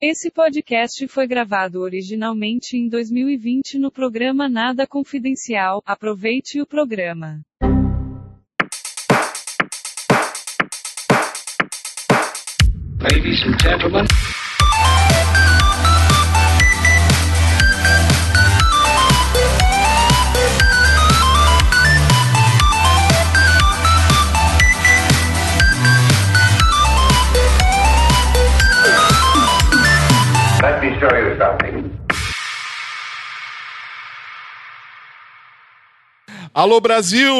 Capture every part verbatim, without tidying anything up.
Esse podcast foi gravado originalmente em dois mil e vinte no programa Nada Confidencial. Aproveite o programa. Ladies and gentlemen. Let me show you something. Alô, Brasil!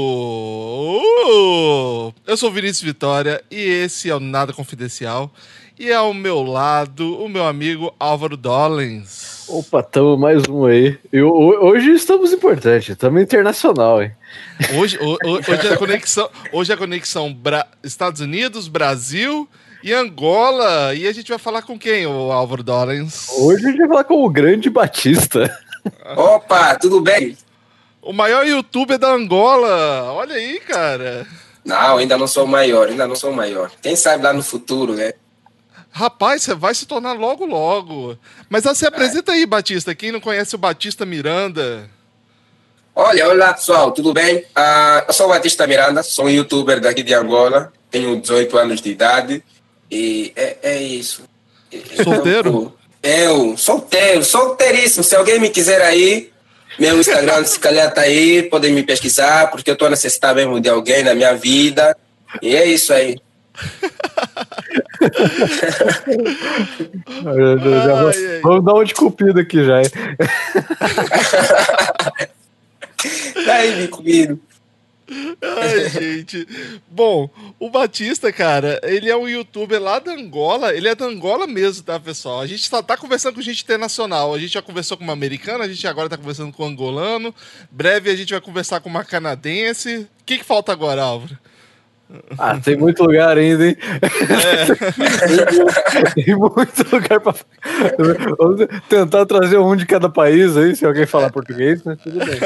Uh! Eu sou o Vinícius Vitória e esse é o Nada Confidencial. E ao meu lado, o meu amigo Álvaro Dollens. Opa, tamo mais um aí. Eu, hoje estamos importantes, estamos internacional, hein? Hoje, o, hoje é a conexão, hoje é a conexão Bra- Estados Unidos, Brasil e Angola. E a gente vai falar com quem, o Álvaro Dollens? Hoje a gente vai falar com o Grande Batista. Opa, tudo bem? O maior youtuber da Angola. Olha aí, cara. Não, ainda não sou o maior, ainda não sou o maior. Quem sabe lá no futuro, né? Rapaz, você vai se tornar logo, logo. Mas ah, se apresenta aí, Batista. Quem não conhece o Batista Miranda? Olha, olá pessoal, tudo bem? Uh, eu sou o Batista Miranda, sou um youtuber daqui de Angola, tenho dezoito anos de idade e é, é isso. Solteiro? Eu, solteiro, solteiríssimo. Se alguém me quiser aí, meu Instagram se calhar tá aí, podem me pesquisar, porque eu tô necessitado mesmo de alguém na minha vida. E é isso aí. ai, ai. Vamos dar uma de cupido aqui já, hein? Tá aí, me comido. Ai, gente. Bom, o Batista, cara, ele é um youtuber lá da Angola. Ele é da Angola mesmo, tá, pessoal? A gente só tá conversando com gente internacional. A gente já conversou com uma americana, a gente agora tá conversando com um angolano. Breve a gente vai conversar com uma canadense. O que que falta agora, Álvaro? Ah, tem muito lugar ainda, hein? É. Tem muito lugar pra... Vamos tentar trazer um de cada país aí, se alguém falar português, né? Tudo bem.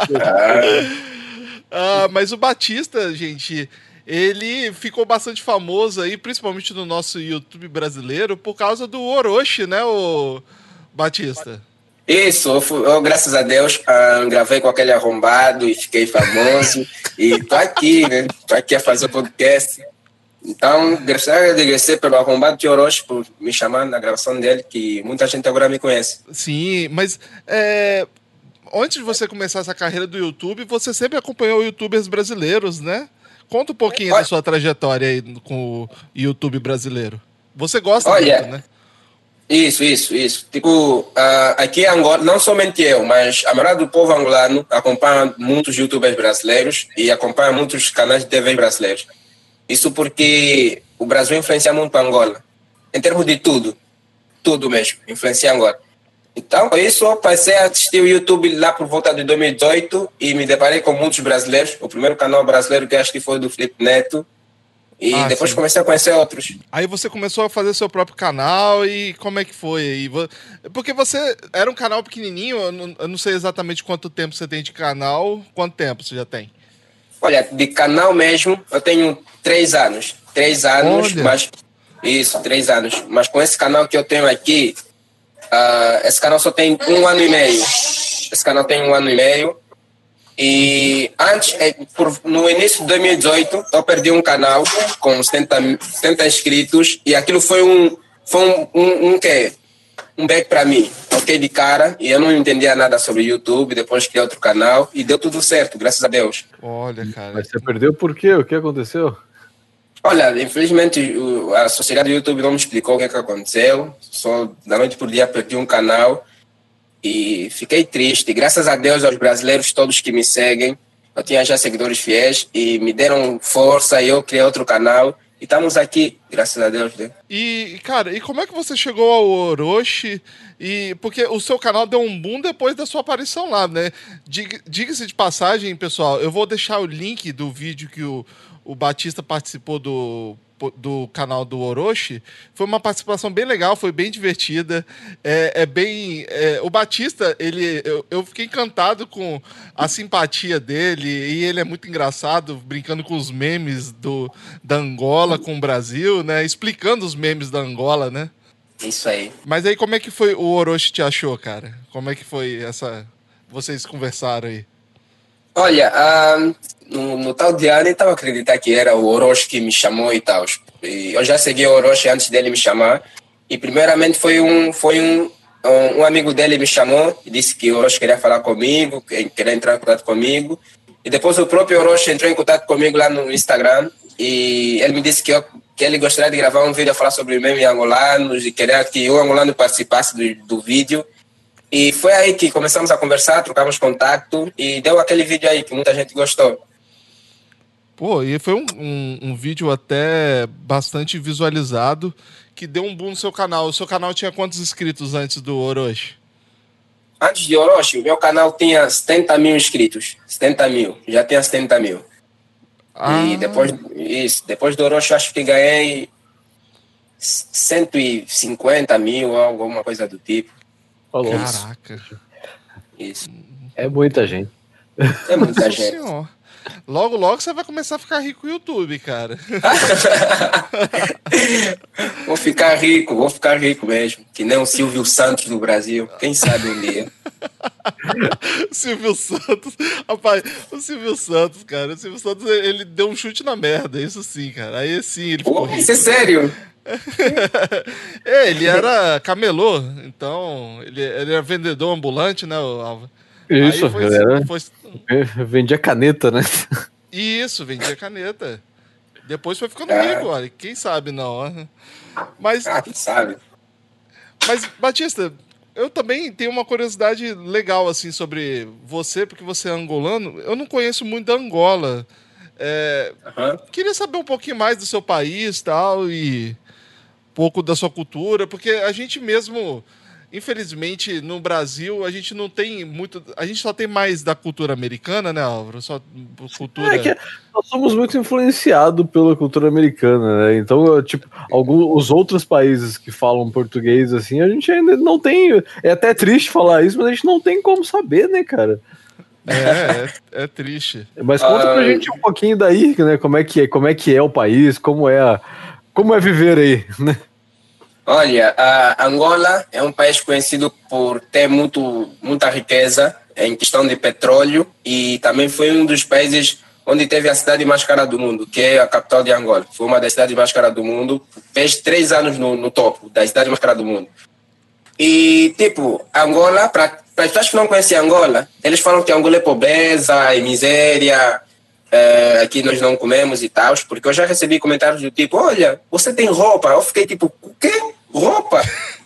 Ah, mas o Batista, gente, ele ficou bastante famoso aí, principalmente no nosso YouTube brasileiro, por causa do Orochi, né, o Batista? Isso, eu, fui, eu graças a Deus uh, gravei com aquele arrombado e fiquei famoso e tô aqui, né? Tô aqui a fazer o podcast. Então, gostaria de agradecer pelo arrombado de Orochi por me chamar na gravação dele, que muita gente agora me conhece. Sim, mas é, antes de você começar essa carreira do YouTube, você sempre acompanhou youtubers brasileiros, né? Conta um pouquinho Olha, da sua trajetória aí com o YouTube brasileiro. Você gosta olha, muito, né? Isso, isso, isso. Tipo, uh, aqui em Angola, não somente eu, mas a maioria do povo angolano acompanha muitos youtubers brasileiros e acompanha muitos canais de T V brasileiros. Isso porque o Brasil influencia muito a Angola. Em termos de tudo. Tudo mesmo. Influencia a Angola. Então, por isso, eu passei a assistir o YouTube lá por volta de dois mil e dezoito e me deparei com muitos brasileiros. O primeiro canal brasileiro que acho que foi do Felipe Neto. E Ah, depois sim. comecei a conhecer outros. Aí você começou a fazer seu próprio canal e como é que foi aí? Vo- Porque você era um canal pequenininho, eu não, eu não sei exatamente quanto tempo você tem de canal. Quanto tempo você já tem? Olha, de canal mesmo, eu tenho três anos. Três anos, Olha. mas... Isso, três anos. Mas com esse canal que eu tenho aqui, uh, esse canal só tem um ano e meio. Esse canal tem um ano e meio. E antes, eh, por, no início de dois mil e dezoito, eu perdi um canal com setenta, setenta inscritos e aquilo foi um, foi um, um, um quê? Um back para mim. Ok, de cara, e eu não entendia nada sobre YouTube, depois criei outro canal e deu tudo certo, graças a Deus. Olha, cara. Mas você perdeu por quê? O que aconteceu? Olha, infelizmente o- a sociedade do YouTube não me explicou o que, é que aconteceu, só da noite por dia perdi um canal. E fiquei triste. Graças a Deus aos brasileiros todos que me seguem. Eu tinha já seguidores fiéis e me deram força e eu criei outro canal. E estamos aqui, graças a Deus. Né? E, cara, e como é que você chegou ao Orochi? E, porque o seu canal deu um boom depois da sua aparição lá, né? Diga- Diga-se de passagem, pessoal, eu vou deixar o link do vídeo que o, o Batista participou do, do canal do Orochi. Foi uma participação bem legal, foi bem divertida. É, é bem... é, o Batista, ele, eu, eu fiquei encantado com a simpatia dele e ele é muito engraçado, brincando com os memes do, da Angola com o Brasil, né? Explicando os memes da Angola, né? Isso aí. Mas aí como é que foi o Orochi te achou, cara? Como é que foi essa... Vocês conversaram aí? Olha, ah, no, no tal dia eu nem estava acreditando que era o Orochi que me chamou e tal. E eu já segui o Orochi antes dele me chamar. E primeiramente foi um, foi um, um, um amigo dele me chamou e disse que o Orochi queria falar comigo, que queria entrar em contato comigo. E depois o próprio Orochi entrou em contato comigo lá no Instagram e ele me disse que, eu, que ele gostaria de gravar um vídeo a falar sobre meme angolanos e queria que o angolano participasse do, do vídeo. E foi aí que começamos a conversar, trocamos contato e deu aquele vídeo aí que muita gente gostou. Pô, e foi um, um, um vídeo até bastante visualizado que deu um boom no seu canal. O seu canal tinha quantos inscritos antes do Orochi? Antes de Orochi, o meu canal tinha setenta mil inscritos. setenta mil, já tinha setenta mil. Ah. E depois, isso, depois do Orochi, acho que ganhei cento e cinquenta mil, alguma coisa do tipo. Caraca. Isso. É muita gente. É muita Nossa gente. Senhora. Logo, logo você vai começar a ficar rico no YouTube, cara. Vou ficar rico, vou ficar rico mesmo. Que nem o Silvio Santos do Brasil. Quem sabe um dia. Silvio Santos. Rapaz, o Silvio Santos, cara. O Silvio Santos, ele deu um chute na merda, isso sim, cara. Aí sim ele ficou Pô, rico. isso é sério? É, ele era camelô, então ele, ele era vendedor ambulante, né, Alva? Isso, foi, era... foi... vendia caneta, né? Isso, vendia caneta. Depois foi ficando Ah. rico, olha. Quem sabe não, ó. Mas, Ah, quem sabe? mas, Batista, eu também tenho uma curiosidade legal, assim, sobre você, porque você é angolano. Eu não conheço muito da Angola. É, Uhum. queria saber um pouquinho mais do seu país, tal, e um pouco da sua cultura, porque a gente mesmo, infelizmente, no Brasil, a gente não tem muito... A gente só tem mais da cultura americana, né, Álvaro? Só cultura... É que nós somos muito influenciados pela cultura americana, né? Então, tipo, alguns, os outros países que falam português, assim, a gente ainda não tem... É até triste falar isso, mas a gente não tem como saber, né, cara? É, é, é triste. Mas conta pra Ah, gente um pouquinho daí, né? Como é que é, como é, que é o país, como é, a, como é viver aí, né? Olha, a Angola é um país conhecido por ter muito, muita riqueza em questão de petróleo e também foi um dos países onde teve a cidade mais cara do mundo, que é a capital de Angola. Foi uma das cidades mais caras do mundo. Fez três anos no, no topo das cidades mais caras do mundo. E, tipo, Angola, para as pessoas que não conhecem Angola, eles falam que Angola é pobreza e miséria, é, aqui nós não comemos e tal, porque eu já recebi comentários do tipo, olha, você tem roupa? Eu fiquei tipo, o quê? Roupa?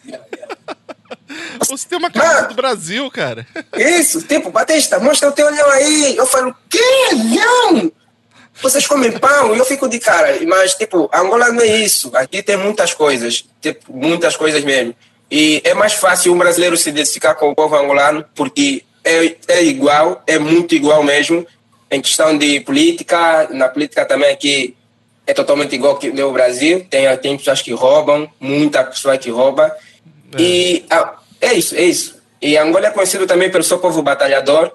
Você tem uma camisa do Brasil, cara. Isso, tipo, Batista, mostra o teu olhão aí. Eu falo, que olhão? Vocês comem pão? E eu fico de cara. Mas, tipo, Angola não é isso. Aqui tem muitas coisas, tipo, muitas coisas mesmo. E é mais fácil um brasileiro se identificar com o povo angolano, porque é, é igual, é muito igual mesmo, em questão de política. Na política também aqui é totalmente igual que no Brasil. Tem, tem pessoas que roubam, muita pessoa que rouba. É. E ah, é isso, é isso. E Angola é conhecido também pelo seu povo batalhador,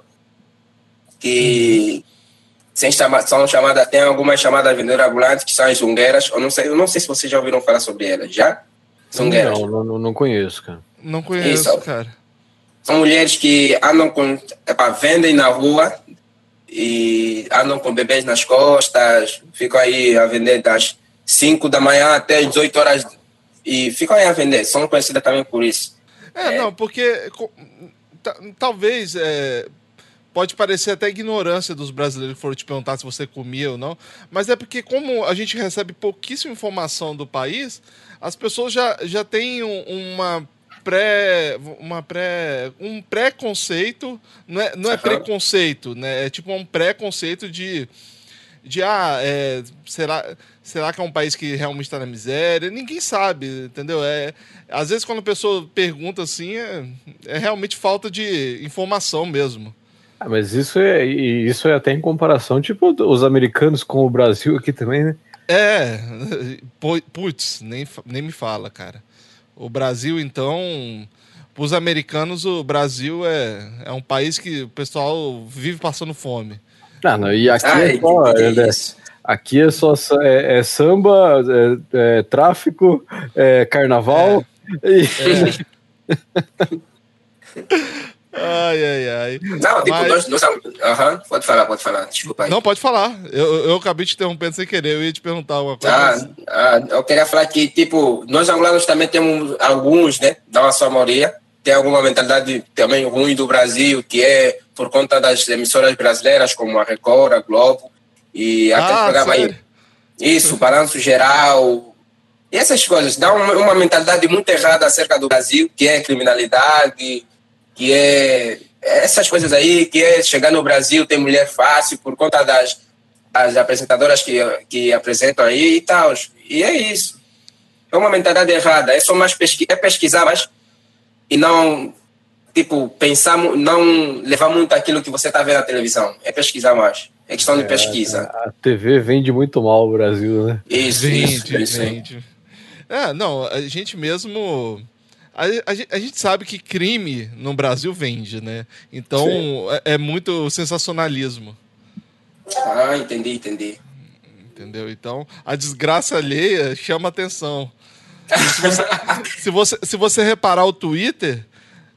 que sem chama, são chamadas, tem algumas chamadas vendedoras ambulantes, que são as zungueiras. Eu não sei, eu não sei se vocês já ouviram falar sobre elas, já? Zungueiras. Não, não, não conheço, cara. Não conheço, isso, cara. São mulheres que andam com, epa, vendem na rua e andam com bebês nas costas, ficam aí a vender das cinco da manhã até as dezoito horas e ficam aí a vender. São conhecidas também por isso. É, é. não, porque talvez é, pode parecer até ignorância dos brasileiros que foram te perguntar se você comia ou não, mas é porque como a gente recebe pouquíssima informação do país, as pessoas já, já têm uma pré, uma pré, um preconceito, não é, não é preconceito, né? É tipo um preconceito de, de ah, é, será, será que é um país que realmente está na miséria? Ninguém sabe, entendeu? É, às vezes quando a pessoa pergunta assim, é, é realmente falta de informação mesmo. Ah, mas isso é, isso é até em comparação, tipo, os americanos com o Brasil aqui também, né? É, putz, nem, nem me fala, cara. O Brasil, então, para os americanos, o Brasil é, é um país que o pessoal vive passando fome. Ah, não, e aqui Ai, é só, é, aqui é só é, é samba, é, é, tráfico, é, carnaval, Ai, ai, ai. Não, tipo, Mas... nós... nós uhum, pode falar, pode falar. Desculpa aí. Não, pode falar. Eu, eu acabei te interrompendo sem querer. Eu ia te perguntar uma coisa. Ah, mas... ah, eu queria falar que, tipo, nós angolanos também temos alguns, né? Da sua maioria. Tem alguma mentalidade também ruim do Brasil, que é por conta das emissoras brasileiras, como a Record, a Globo. E aquele ah, programa sério? aí. Isso, balanço geral. E essas coisas. Dá uma, uma mentalidade muito errada acerca do Brasil, que é criminalidade, que é essas coisas aí, que é chegar no Brasil, ter mulher fácil, por conta das, das apresentadoras que, que apresentam aí e tal. E é isso. É uma mentalidade errada. É só mais pesqui é pesquisar mais e não, tipo, pensar, não levar muito aquilo que você está vendo na televisão. É pesquisar mais. É questão de pesquisa. É, a T V vende muito mal o Brasil, né? Isso, vende, isso, isso. Vende. É, não, a gente mesmo... A, a, a gente sabe que crime no Brasil vende, né? Então é, é muito sensacionalismo. Ah, entendi, entendi. Entendeu? Então a desgraça alheia chama atenção. Se você, se você, se você reparar o Twitter, uhum.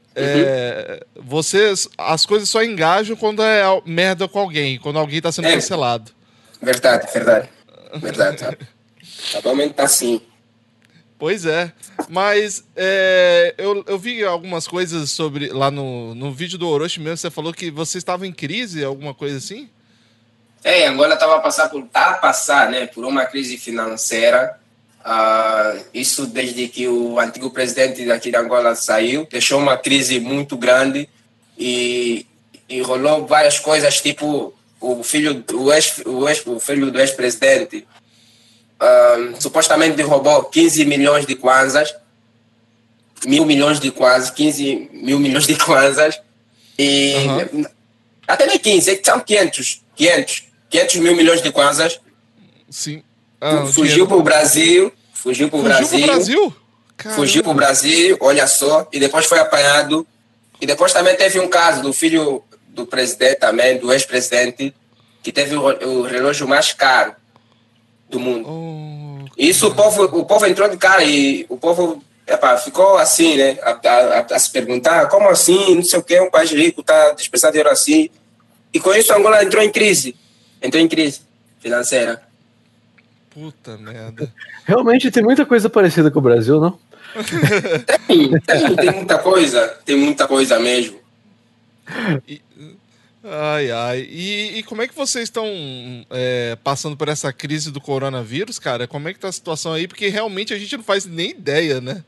é, você, as coisas só engajam quando é merda com alguém, quando alguém tá sendo é. cancelado. Verdade, verdade. Verdade. Atualmente tá assim. Pois é, mas é, eu, eu vi algumas coisas sobre, lá no, no vídeo do Orochi mesmo, você falou que você estava em crise, alguma coisa assim? É, Angola estava a passar por, tá a passar, né, por uma crise financeira, uh, isso desde que o antigo presidente daqui de Angola saiu, deixou uma crise muito grande e, e rolou várias coisas, tipo o filho, o ex, o ex, o filho do ex-presidente, Uh, supostamente roubou quinze milhões de kwanzas, mil milhões de kwanzas, quinze mil milhões de kwanzas, e uhum. até nem quinze, são quinhentos, quinhentos, quinhentos mil milhões de kwanzas. Sim. Ah, fugiu para o Brasil, fugiu para o Brasil, Brasil? fugiu para o Brasil, olha só, e depois foi apanhado. E depois também teve um caso do filho do presidente também, do ex-presidente, que teve o, o relógio mais caro do mundo. Oh, isso o povo, o povo entrou de cara e o povo epa, ficou assim, né? A, a, a se perguntar como assim, não sei o que, um país rico está dispensando dinheiro assim. E com isso a Angola entrou em crise. Entrou em crise financeira. Puta merda. Realmente tem muita coisa parecida com o Brasil, não? Tem, tem, tem muita coisa. Tem muita coisa mesmo. E... Ai, ai. E, e como é que vocês estão é, passando por essa crise do coronavírus, cara? Como é que tá a situação aí? Porque realmente a gente não faz nem ideia, né?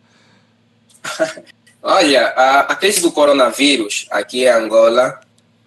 Olha, a, a crise do coronavírus aqui em Angola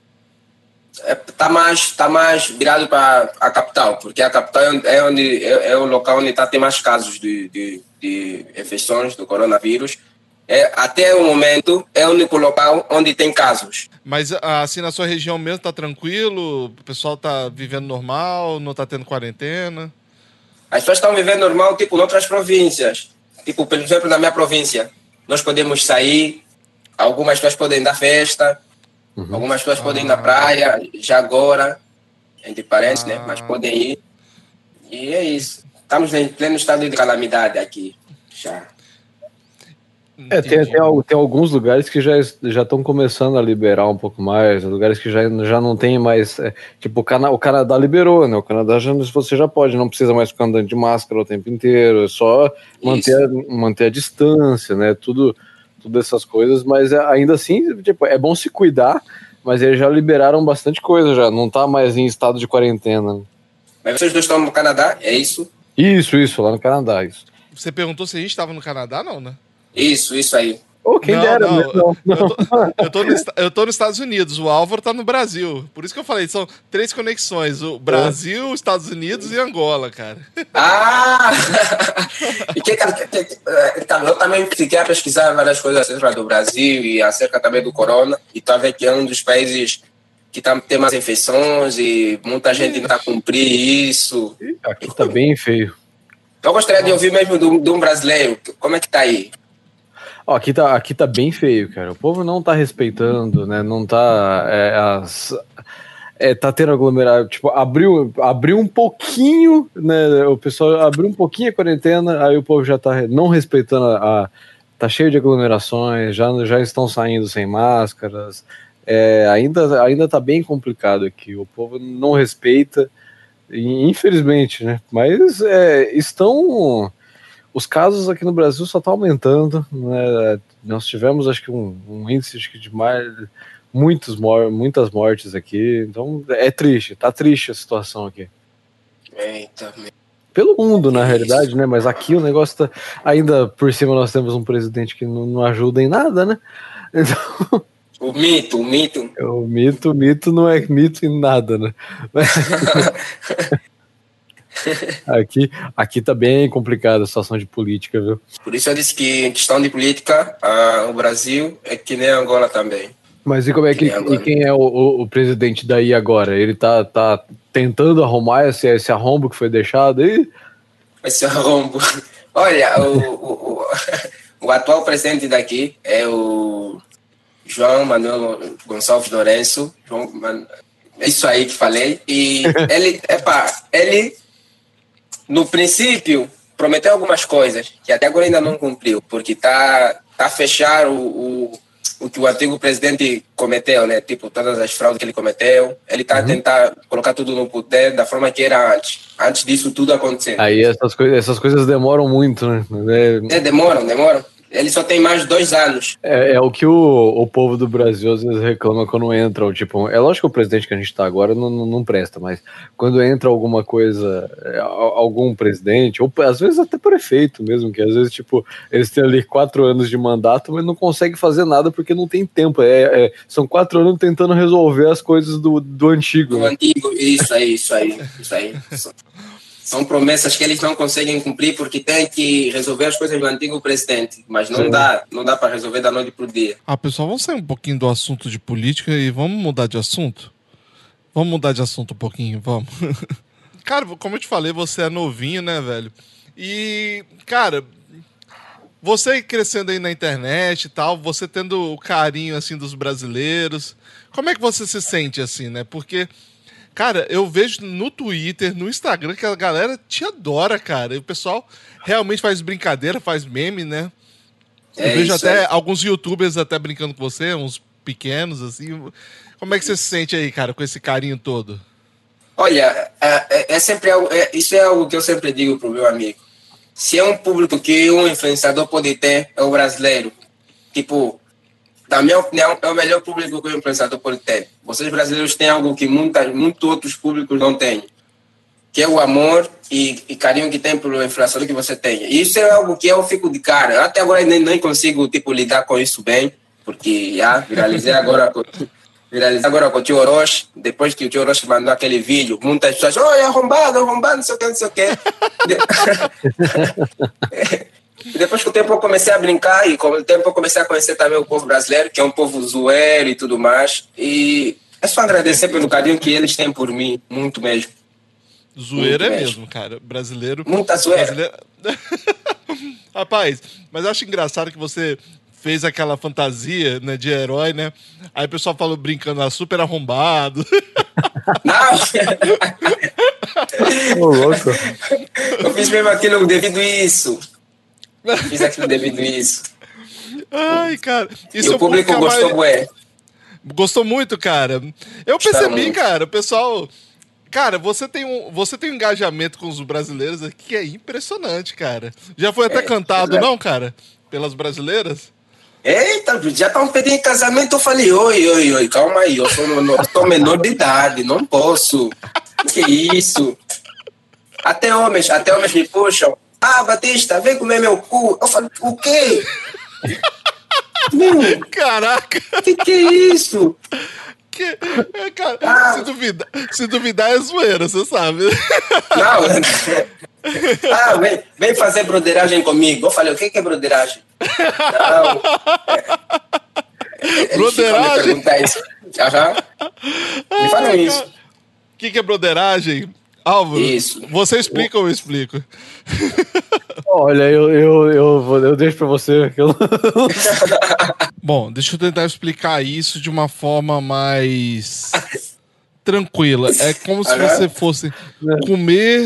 é, tá, mais, tá mais virado para a capital, porque a capital é, onde, é, é o local onde tá, tem mais casos de, de, de infecções do coronavírus. É, até o momento, é o único local onde tem casos. Mas assim, na sua região mesmo, tá tranquilo? O pessoal tá vivendo normal? Não tá tendo quarentena? As pessoas estão vivendo normal, tipo, em outras províncias. Tipo, por exemplo, na minha província, nós podemos sair, algumas pessoas podem dar festa, uhum. algumas pessoas ah. podem ir na praia, já agora, entre parentes, ah. né? Mas podem ir. E é isso. Estamos em pleno estado de calamidade aqui, já. É, tem, tem, tem alguns lugares que já já estão começando a liberar um pouco mais, lugares que já, já não tem mais, é, tipo o, Cana, o Canadá liberou, né, o Canadá já, você já pode, não precisa mais ficar andando de máscara o tempo inteiro, é só manter, manter a distância, né, tudo, tudo essas coisas, mas é, ainda assim, tipo, é bom se cuidar, mas eles já liberaram bastante coisa já, não tá mais em estado de quarentena. Mas vocês dois estão no Canadá, é isso? Isso, isso, lá no Canadá, isso. Você perguntou se a gente estava no Canadá, não, né? Isso, isso aí. Oh, quem não, dera, não, não, não. Eu, tô, eu, tô no, eu tô nos Estados Unidos, o Álvaro tá no Brasil. Por isso que eu falei, são três conexões: o Brasil, os Estados Unidos e Angola, cara. Ah! E que, que, que, que, eu também fiquei a pesquisar várias coisas acerca do Brasil e acerca também do corona. E tá vendo que é um dos países que tá, tem mais infecções e muita gente não tá cumprindo isso. Aqui tá bem feio. Eu gostaria de ouvir mesmo de, de um brasileiro. Como é que tá aí? Ó, aqui, tá, aqui tá bem feio, cara. O povo não tá respeitando, né? Não tá. É, as, é, tá tendo aglomerado. Tipo, abriu, abriu um pouquinho, né? O pessoal abriu um pouquinho a quarentena, aí o povo já tá não respeitando a, tá cheio de aglomerações, já, já estão saindo sem máscaras, é, ainda, ainda tá bem complicado aqui, o povo não respeita, infelizmente, né? Mas é, estão... Os casos aqui no Brasil só estão aumentando, né? Nós tivemos, acho que, um, um índice acho que de mais, muitos mor muitas mortes aqui, então é triste, tá triste a situação aqui. Eita, meu. Pelo mundo, na realidade, né? Mas aqui o negócio tá... Ainda por cima nós temos um presidente que não, não ajuda em nada, né? Então... O mito, o mito. O mito, o mito não é mito em nada, né? Aqui, aqui tá bem complicada a situação de política, viu? Por isso eu disse que em questão de política, ah, o Brasil é que nem Angola também. Mas e como é que, que e quem é o, o, o presidente daí agora? Ele tá, tá tentando arrumar esse, esse arrombo que foi deixado aí? Esse arrombo. Olha, o, o, o, o atual presidente daqui é o João Manuel Gonçalves Lourenço. João Man... É isso aí que falei. E ele, epa, ele, no princípio, prometeu algumas coisas que até agora ainda não cumpriu, porque tá, tá a fechar o, o, o que o antigo presidente cometeu, né? Tipo, todas as fraudes que ele cometeu. Ele tá uhum. a tentar colocar tudo no poder da forma que era antes. Antes disso tudo acontecendo. Aí essas, coi essas coisas demoram muito, né? É, é demoram, demoram. Ele só tem mais dois anos. É, é o que o, o povo do Brasil às vezes reclama quando entram. Tipo, é lógico que o presidente que a gente tá agora não, não, não presta, mas quando entra alguma coisa, algum presidente, ou às vezes até prefeito mesmo, que às vezes, tipo, eles têm ali quatro anos de mandato, mas não conseguem fazer nada porque não tem tempo. É, é, são quatro anos tentando resolver as coisas do, do antigo. Do né? antigo, isso aí, isso aí, isso aí. São promessas que eles não conseguem cumprir porque tem que resolver as coisas do antigo presidente. Mas não Sim. dá, não dá para resolver da noite pro dia. Ah, pessoal, vamos sair um pouquinho do assunto de política e vamos mudar de assunto? Vamos mudar de assunto um pouquinho, vamos. Cara, como eu te falei, você é novinho, né, velho? E, cara, você crescendo aí na internet e tal, você tendo o carinho, assim, dos brasileiros, como é que você se sente, assim, né? Porque... Cara, eu vejo no Twitter, no Instagram, que a galera te adora, cara. E o pessoal realmente faz brincadeira, faz meme, né? É eu vejo até aí. Alguns youtubers até brincando com você, uns pequenos, assim. Como é que você se sente aí, cara, com esse carinho todo? Olha, é, é sempre algo, é, isso é algo que eu sempre digo pro meu amigo. Se é um público que um influenciador pode ter, é o brasileiro. Tipo... Na minha opinião, é o melhor público que o influenciador pode ter. Vocês brasileiros têm algo que muitas, muitos outros públicos não têm, que é o amor e, e carinho que tem pelo influenciador que você tem. E isso é algo que eu fico de cara. Até agora nem, nem consigo tipo, lidar com isso bem, porque já viralizei agora com, viralizei agora com o tio Orochi. Depois que o tio Orochi mandou aquele vídeo, muitas pessoas, olha, arrombado, arrombado, não sei o que, não sei o que. Depois com o tempo eu comecei a brincar e com o tempo eu comecei a conhecer também o povo brasileiro, que é um povo zoeiro e tudo mais. E é só agradecer pelo carinho que eles têm por mim, muito mesmo. Zoeiro é mesmo. mesmo, cara. Brasileiro... Muita zoeira. Brasileiro... Rapaz, mas eu acho engraçado que você fez aquela fantasia, né, de herói, né? Aí o pessoal falou brincando, ah, super arrombado. Não! Ô, louco. Eu fiz mesmo aquilo devido a isso. Fiz aquilo devido a isso. Ai, cara. Isso e o público gostou, mais... Gostou muito, cara. Eu percebi, muito. cara, o pessoal... Cara, você tem, um, você tem um engajamento com os brasileiros aqui que é impressionante, cara. Já foi até é, cantado, é. não, cara? Pelas brasileiras? Eita, já estão pedindo casamento. Eu falei, oi, oi, oi, calma aí. Eu sou menor, sou menor de idade, não posso. Que isso? Até homens, até homens me puxam. Ah, Batista, vem comer meu cu. Eu falo, o quê? Meu, caraca! Que que é isso? Que, cara, ah. se, duvidar, se duvidar é zoeira, você sabe. Não. Ah, vem, vem fazer broderagem comigo. Eu falei, o que que é broderagem? Não. É, broderagem? Me isso. Uhum. Me falam isso. O que que é broderagem? Álvaro, isso. Você explica ou eu explico? Olha, eu, eu, eu, eu deixo pra você. Eu... Bom, deixa eu tentar explicar isso de uma forma mais tranquila. É como se você fosse comer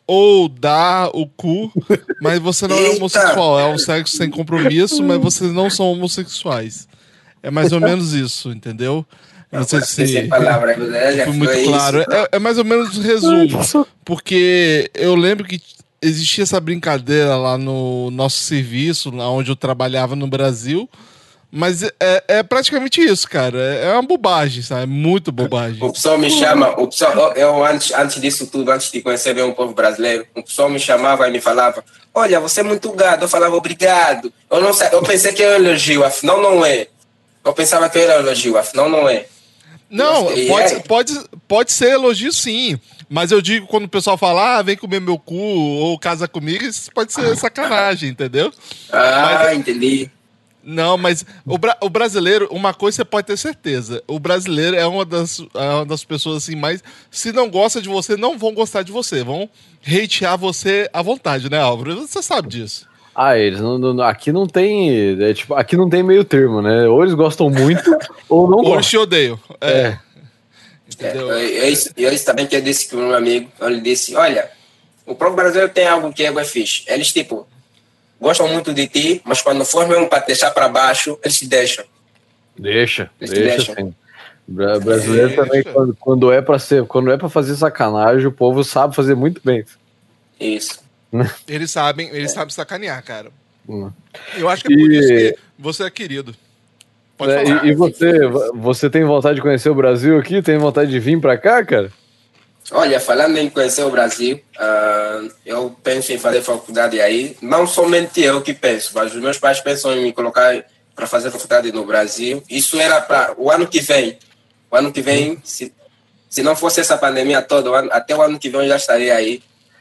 ou dá o cu, mas você não é Eita. homossexual. É um sexo sem compromisso, mas vocês não são homossexuais. É mais ou menos isso, entendeu? Não sei se palavra, né? Já foi muito foi claro. isso. É, é mais ou menos o resumo. Porque eu lembro que existia essa brincadeira lá no nosso serviço, lá onde eu trabalhava no Brasil. Mas é, é praticamente isso, cara. É uma bobagem, sabe? É muito bobagem. O pessoal me chama, o pessoal, eu, eu antes, antes disso tudo, antes de conhecer bem o povo brasileiro, o pessoal me chamava e me falava: olha, você é muito gado. Eu falava: obrigado. Eu, não sei, eu pensei que era um elogio, afinal não é. Eu pensava que era um elogio, afinal não é. Não, Nossa, e pode, é? pode, pode ser elogio sim. Mas eu digo, quando o pessoal fala, ah, vem comer meu cu ou casa comigo, isso pode ser sacanagem, entendeu? Ah, Mas- entendi. Não, mas o, bra- o brasileiro, uma coisa você pode ter certeza. O brasileiro é uma das, é uma das pessoas assim, mais. Se não gosta de você, não vão gostar de você. Vão hatear você à vontade, né, Álvaro? Você sabe disso. Ah, eles não, não- aqui não tem. É, tipo, aqui não tem meio termo, né? Ou eles gostam muito, ou não Ou eles gostam. te odeiam. É. É. É, Entendeu? eu, eu, eu isso também que eu disse para o meu amigo. Ele disse: olha, o povo brasileiro tem algo que é fixe. Eles, tipo, gostam muito de ti, mas quando for mesmo para deixar para baixo, eles te deixam. Deixa, Eles deixa deixam. sim. Bra- Brasileiro Deixa. também, quando, quando é pra ser, quando é para fazer sacanagem, o povo sabe fazer muito bem. Isso. Eles sabem, eles sabem sacanear, cara. Hum. Eu acho que é por E- isso que você é querido. Pode Né, falar. E, e você, você tem vontade de conhecer o Brasil aqui? Tem vontade de vir pra cá, cara? Olha, falando em conhecer o Brasil, ah, eu penso em fazer faculdade aí. Não somente eu que penso, mas os meus pais pensam em me colocar para fazer faculdade no Brasil. Isso era para o ano que vem. O ano que vem, se, se não fosse essa pandemia toda, o ano- até o ano que vem eu já estaria aí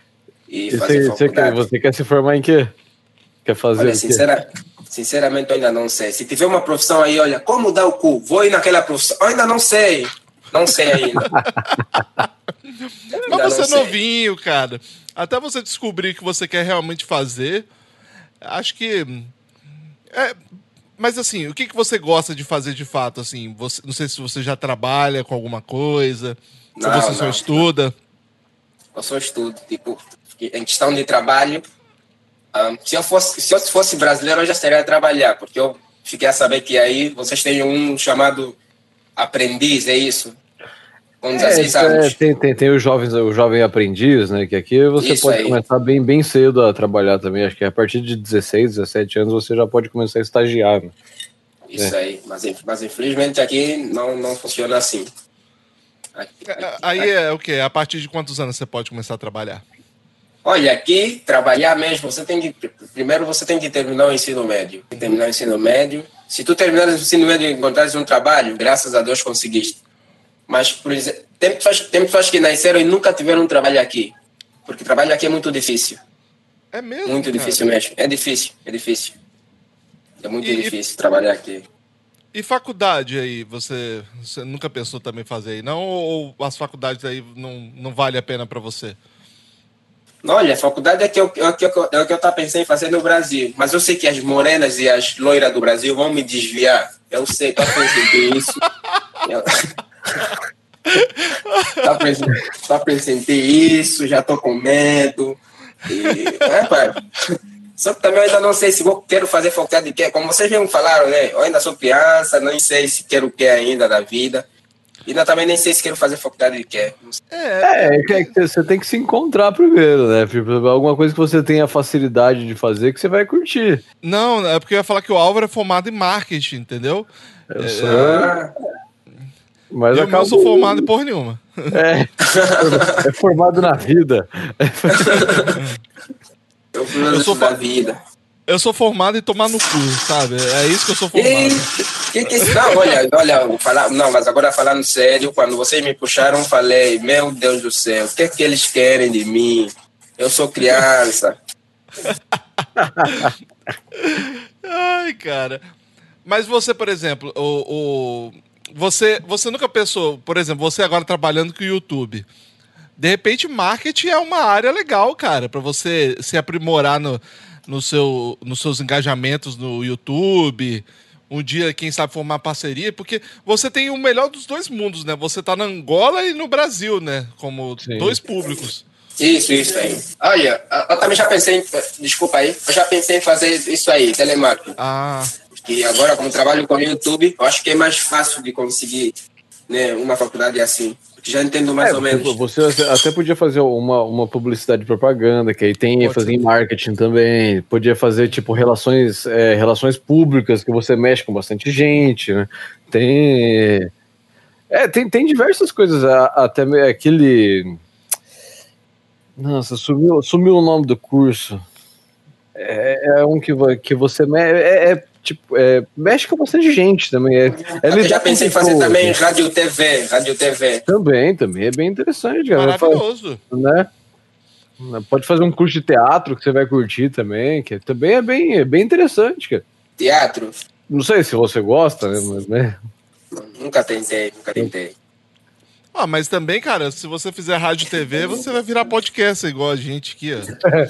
e E fazer você, você, quer, faculdade. você quer se formar em quê? Quer fazer Olha, o quê? sincera, sinceramente, eu ainda não sei. Se tiver uma profissão aí, olha, como dar o cu? Vou ir naquela profissão. Eu ainda não sei. Não sei ainda. Mas Ainda você é não sei. novinho, cara. Até você descobrir o que você quer realmente fazer, acho que. É, mas assim, o que, que você gosta de fazer de fato? Assim, você, não sei se você já trabalha com alguma coisa, Não, ou você só não. estuda. Eu só estudo, tipo, em questão de trabalho. ah, se, eu fosse, se eu fosse brasileiro, eu já estaria a trabalhar, porque eu fiquei a saber que aí vocês têm um chamado aprendiz, é isso? Com É, dezesseis é, anos. tem, tem, tem os jovens, o jovem aprendiz, né? Que aqui você Isso pode aí. começar bem, bem cedo a trabalhar também. Acho que a partir de dezesseis, dezessete anos você já pode começar a estagiar. Né? Isso aí. Mas, mas infelizmente aqui não, não funciona assim. Aqui- É, Aí é o quê? A partir de quantos anos você pode começar a trabalhar? Olha, aqui, trabalhar mesmo, você tem que. Primeiro você tem que terminar o ensino médio. Tem que terminar o ensino médio. Se tu terminares o ensino médio e encontrares um trabalho, graças a Deus conseguiste. Mas, por exemplo, tem pessoas, tem pessoas que nasceram e nunca tiveram um trabalho aqui. Porque trabalho aqui é muito difícil. É mesmo? Muito cara? difícil mesmo. É difícil, é difícil. É muito E- difícil trabalhar aqui. E faculdade aí, você, você nunca pensou também fazer aí, não? Ou as faculdades aí não, não vale a pena pra você? Olha, a faculdade é, que eu, é, o que eu, é o que eu estava pensando em fazer no Brasil. Mas eu sei que as morenas e as loiras do Brasil vão me desviar. Eu sei, estou pensando isso. Eu... Estou pensando isso, já estou com medo. E, é, pai. Só que também eu ainda não sei se vou quero fazer faculdade de quê. Como vocês mesmo falaram, né? Eu ainda sou criança, não sei se quero o que ainda da vida. E ainda também nem sei se quero fazer faculdade de quê. Não sei. É, é que- é que você tem que se encontrar primeiro, né? Tipo, alguma coisa que você tenha facilidade de fazer que você vai curtir. Não, é porque eu ia falar que o Álvaro é formado em marketing, entendeu? Eu sou, Ah, mas eu acabou. não sou formado em porra nenhuma. É, é formado na vida. eu fui Eu sou da fa- vida. Eu sou formado em tomar no cu, sabe? É isso que eu sou formado. E, que, que, não, olha, olha, vou falar, não, mas agora falando sério, quando vocês me puxaram, falei, meu Deus do céu, o que é que eles querem de mim? Eu sou criança. Ai, cara. Mas você, por exemplo, o, o- você, você nunca pensou, por exemplo, você agora trabalhando com o YouTube. De repente, marketing é uma área legal, cara, pra você se aprimorar no, no seu, nos seus engajamentos no YouTube. Um dia, quem sabe, formar parceria, porque você tem o melhor dos dois mundos, né? Você tá na Angola e no Brasil, né? Como Sim. dois públicos. Isso, isso aí. Olha, eu também já pensei em... Desculpa aí. Eu já pensei em fazer isso aí, telemarketing. Ah. E agora, como trabalho com o YouTube, eu acho que é mais fácil de conseguir, né, uma faculdade assim. Já entendo mais É, ou menos. Você até podia fazer uma, uma publicidade de propaganda, que aí tem, Pode fazer ser. em marketing também. Podia fazer, tipo, relações, é, relações públicas, que você mexe com bastante gente, né? Tem... É, tem, tem diversas coisas. Até aquele... Nossa, sumiu, sumiu o nome do curso. É, é um que, que você... É, é tipo, é, mexe com bastante gente também. É, é Eu já pensei em fazer pessoas, também né? rádio T V, rádio T V. Também, também é bem interessante, cara. Maravilhoso. Né? Pode fazer um curso de teatro que você vai curtir também, que também é bem, é bem interessante, cara. Teatro? Não sei se você gosta, né? Mas, né? Nunca tentei, nunca tentei. Ah, mas também, cara, se você fizer rádio e T V, você vai virar podcast igual a gente aqui, ó.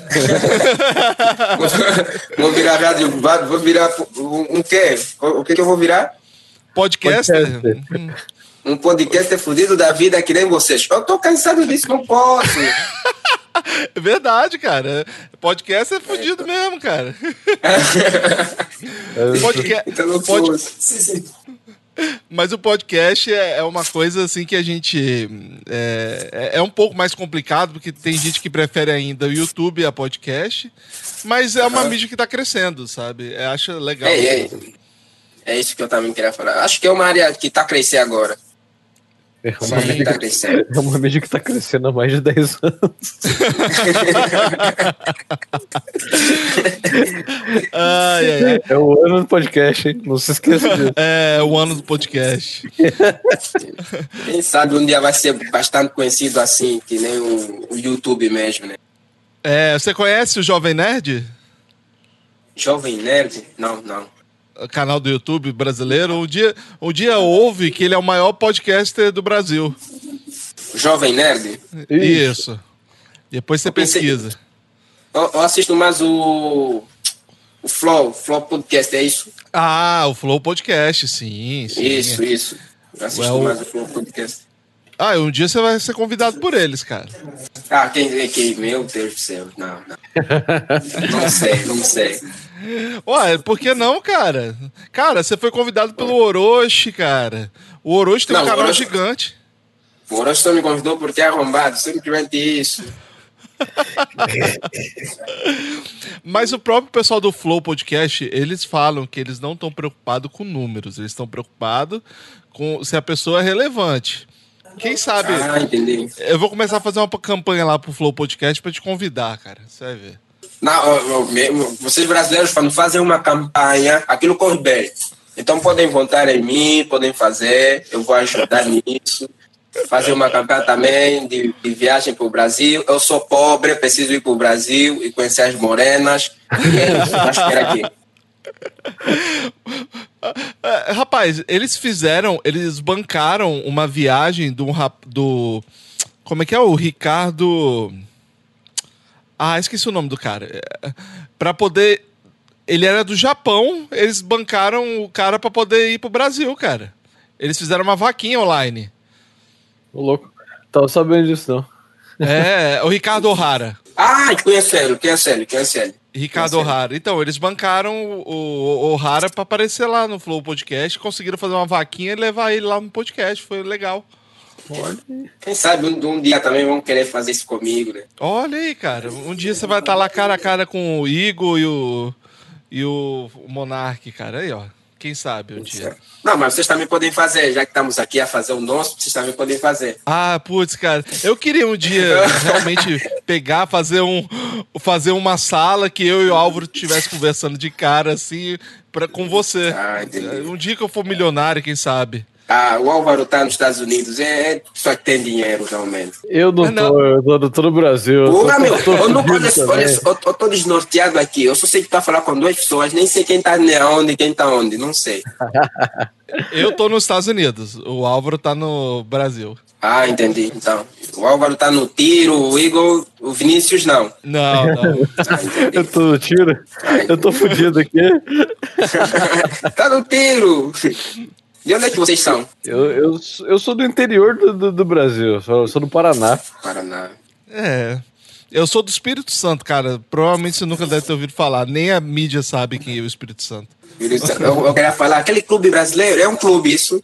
Vou virar rádio, vou virar um, um quê? O que que eu vou virar? Podcaster? Podcaster. Hum. Um podcast fudido da vida que nem vocês. Eu tô cansado disso, não posso. É verdade, cara. Podcast é fudido mesmo, cara. Podca... Então não Pod... posso. Sim, sim. Mas o podcast é, é uma coisa assim que a gente... É, é um pouco mais complicado, porque tem gente que prefere ainda o YouTube a podcast, mas é uma Uhum. mídia que tá crescendo, sabe? Eu acho legal. Ei, ei. É isso que eu também queria falar. Acho que é uma área que tá crescendo agora. É uma, Sim, mídia, tá crescendo. é uma mídia que tá crescendo há mais de dez anos. Ai, ai, ai. É o ano do podcast, hein? Não se esqueça disso. É o ano do podcast. Quem sabe um dia vai ser bastante conhecido assim, que nem o, o YouTube mesmo, né? É, você conhece o Jovem Nerd? Jovem Nerd? Não, não. O canal do YouTube brasileiro. Um dia, um dia houve que ele é o maior podcaster do Brasil. Jovem Nerd? Isso. Depois você Eu pensei- pesquisa. Eu, eu assisto mais o... O Flow, Flow Podcast, é isso? Ah, o Flow Podcast, sim, sim. Isso, isso. Eu assisto Ué, o- mais o Flow Podcast. Ah, um dia você vai ser convidado por eles, cara. Ah, quem é que... Meu Deus do céu. Não, não. Não sei, não sei. Ué, por que não, cara? Cara, você foi convidado pelo Orochi, cara. O Orochi tem um Não, o canal Orochi- gigante. O Orochi só me convidou porque é arrombado, simplesmente isso. Mas o próprio pessoal do Flow Podcast, eles falam que eles não estão preocupados com números. Eles estão preocupados com se a pessoa é relevante. Quem sabe... Ah, entendi. Eu vou começar a fazer uma campanha lá pro Flow Podcast pra te convidar, cara. Você vai ver. Não, eu- eu mesmo- vocês brasileiros, quando fazem uma campanha, aquilo corre bem. Então podem votar em mim, podem fazer, eu vou ajudar nisso. Fazer uma campanha também de, de viagem para o Brasil. Eu sou pobre, preciso ir para o Brasil e conhecer as morenas. E é isso, acho que era aqui. É, rapaz, eles fizeram, eles bancaram uma viagem do, do. Como é que é? O Ricardo. Ah, esqueci o nome do cara. É, pra poder. Ele era do Japão, eles bancaram o cara pra poder ir pro Brasil, cara. Eles fizeram uma vaquinha online. Ô, louco. Tava sabendo disso, não. É, o Ricardo O'Hara. Ah, conheço ele, conheço ele, conheço ele. Ricardo Conheço ele. O'Hara. Então, eles bancaram o, o O'Hara pra aparecer lá no Flow Podcast, conseguiram fazer uma vaquinha e levar ele lá no podcast. Foi legal. Quem sabe um, um dia também vão querer fazer isso comigo, né? Olha aí, cara. Um dia você vai estar lá cara a cara com o Igor e o, e o Monark, cara. Aí, ó. Quem sabe um dia. Não, mas vocês também podem fazer, já que estamos aqui a fazer o nosso, vocês também podem fazer. Ah, putz, cara. Eu queria um dia realmente pegar, fazer, um, fazer uma sala que eu e o Álvaro estivesse conversando de cara, assim, pra, com você. Ah, entendi. Um dia que eu for milionário, quem sabe? Ah, o Álvaro tá nos Estados Unidos, é, é só que tem dinheiro, realmente. Eu não, Ah, não. tô, eu tô, eu tô no Brasil. Eu Porra, tô, meu, tô eu não fudido conheço, também. olha, eu, eu tô desnorteado aqui. Eu só sei que tá falando com duas pessoas, nem sei quem tá onde, quem tá onde, não sei. Eu tô nos Estados Unidos, o Álvaro tá no Brasil. Ah, entendi. Então, o Álvaro tá no tiro, o Igor, o Vinícius não. Não, não. Ah, entendi. Eu tô no tiro. Eu tô fudido aqui. Tá no tiro! De onde é que vocês são? Eu, eu, eu sou do interior do, do, do Brasil. Sou, sou do Paraná. Paraná. É. Eu sou do Espírito Santo, cara. Provavelmente você nunca deve ter ouvido falar. Nem a mídia sabe quem é o Espírito Santo. Eu, eu queria falar, aquele clube brasileiro, é um clube isso?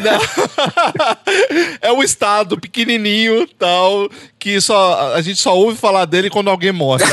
É um estado pequenininho, tal, que só, a gente só ouve falar dele quando alguém morre.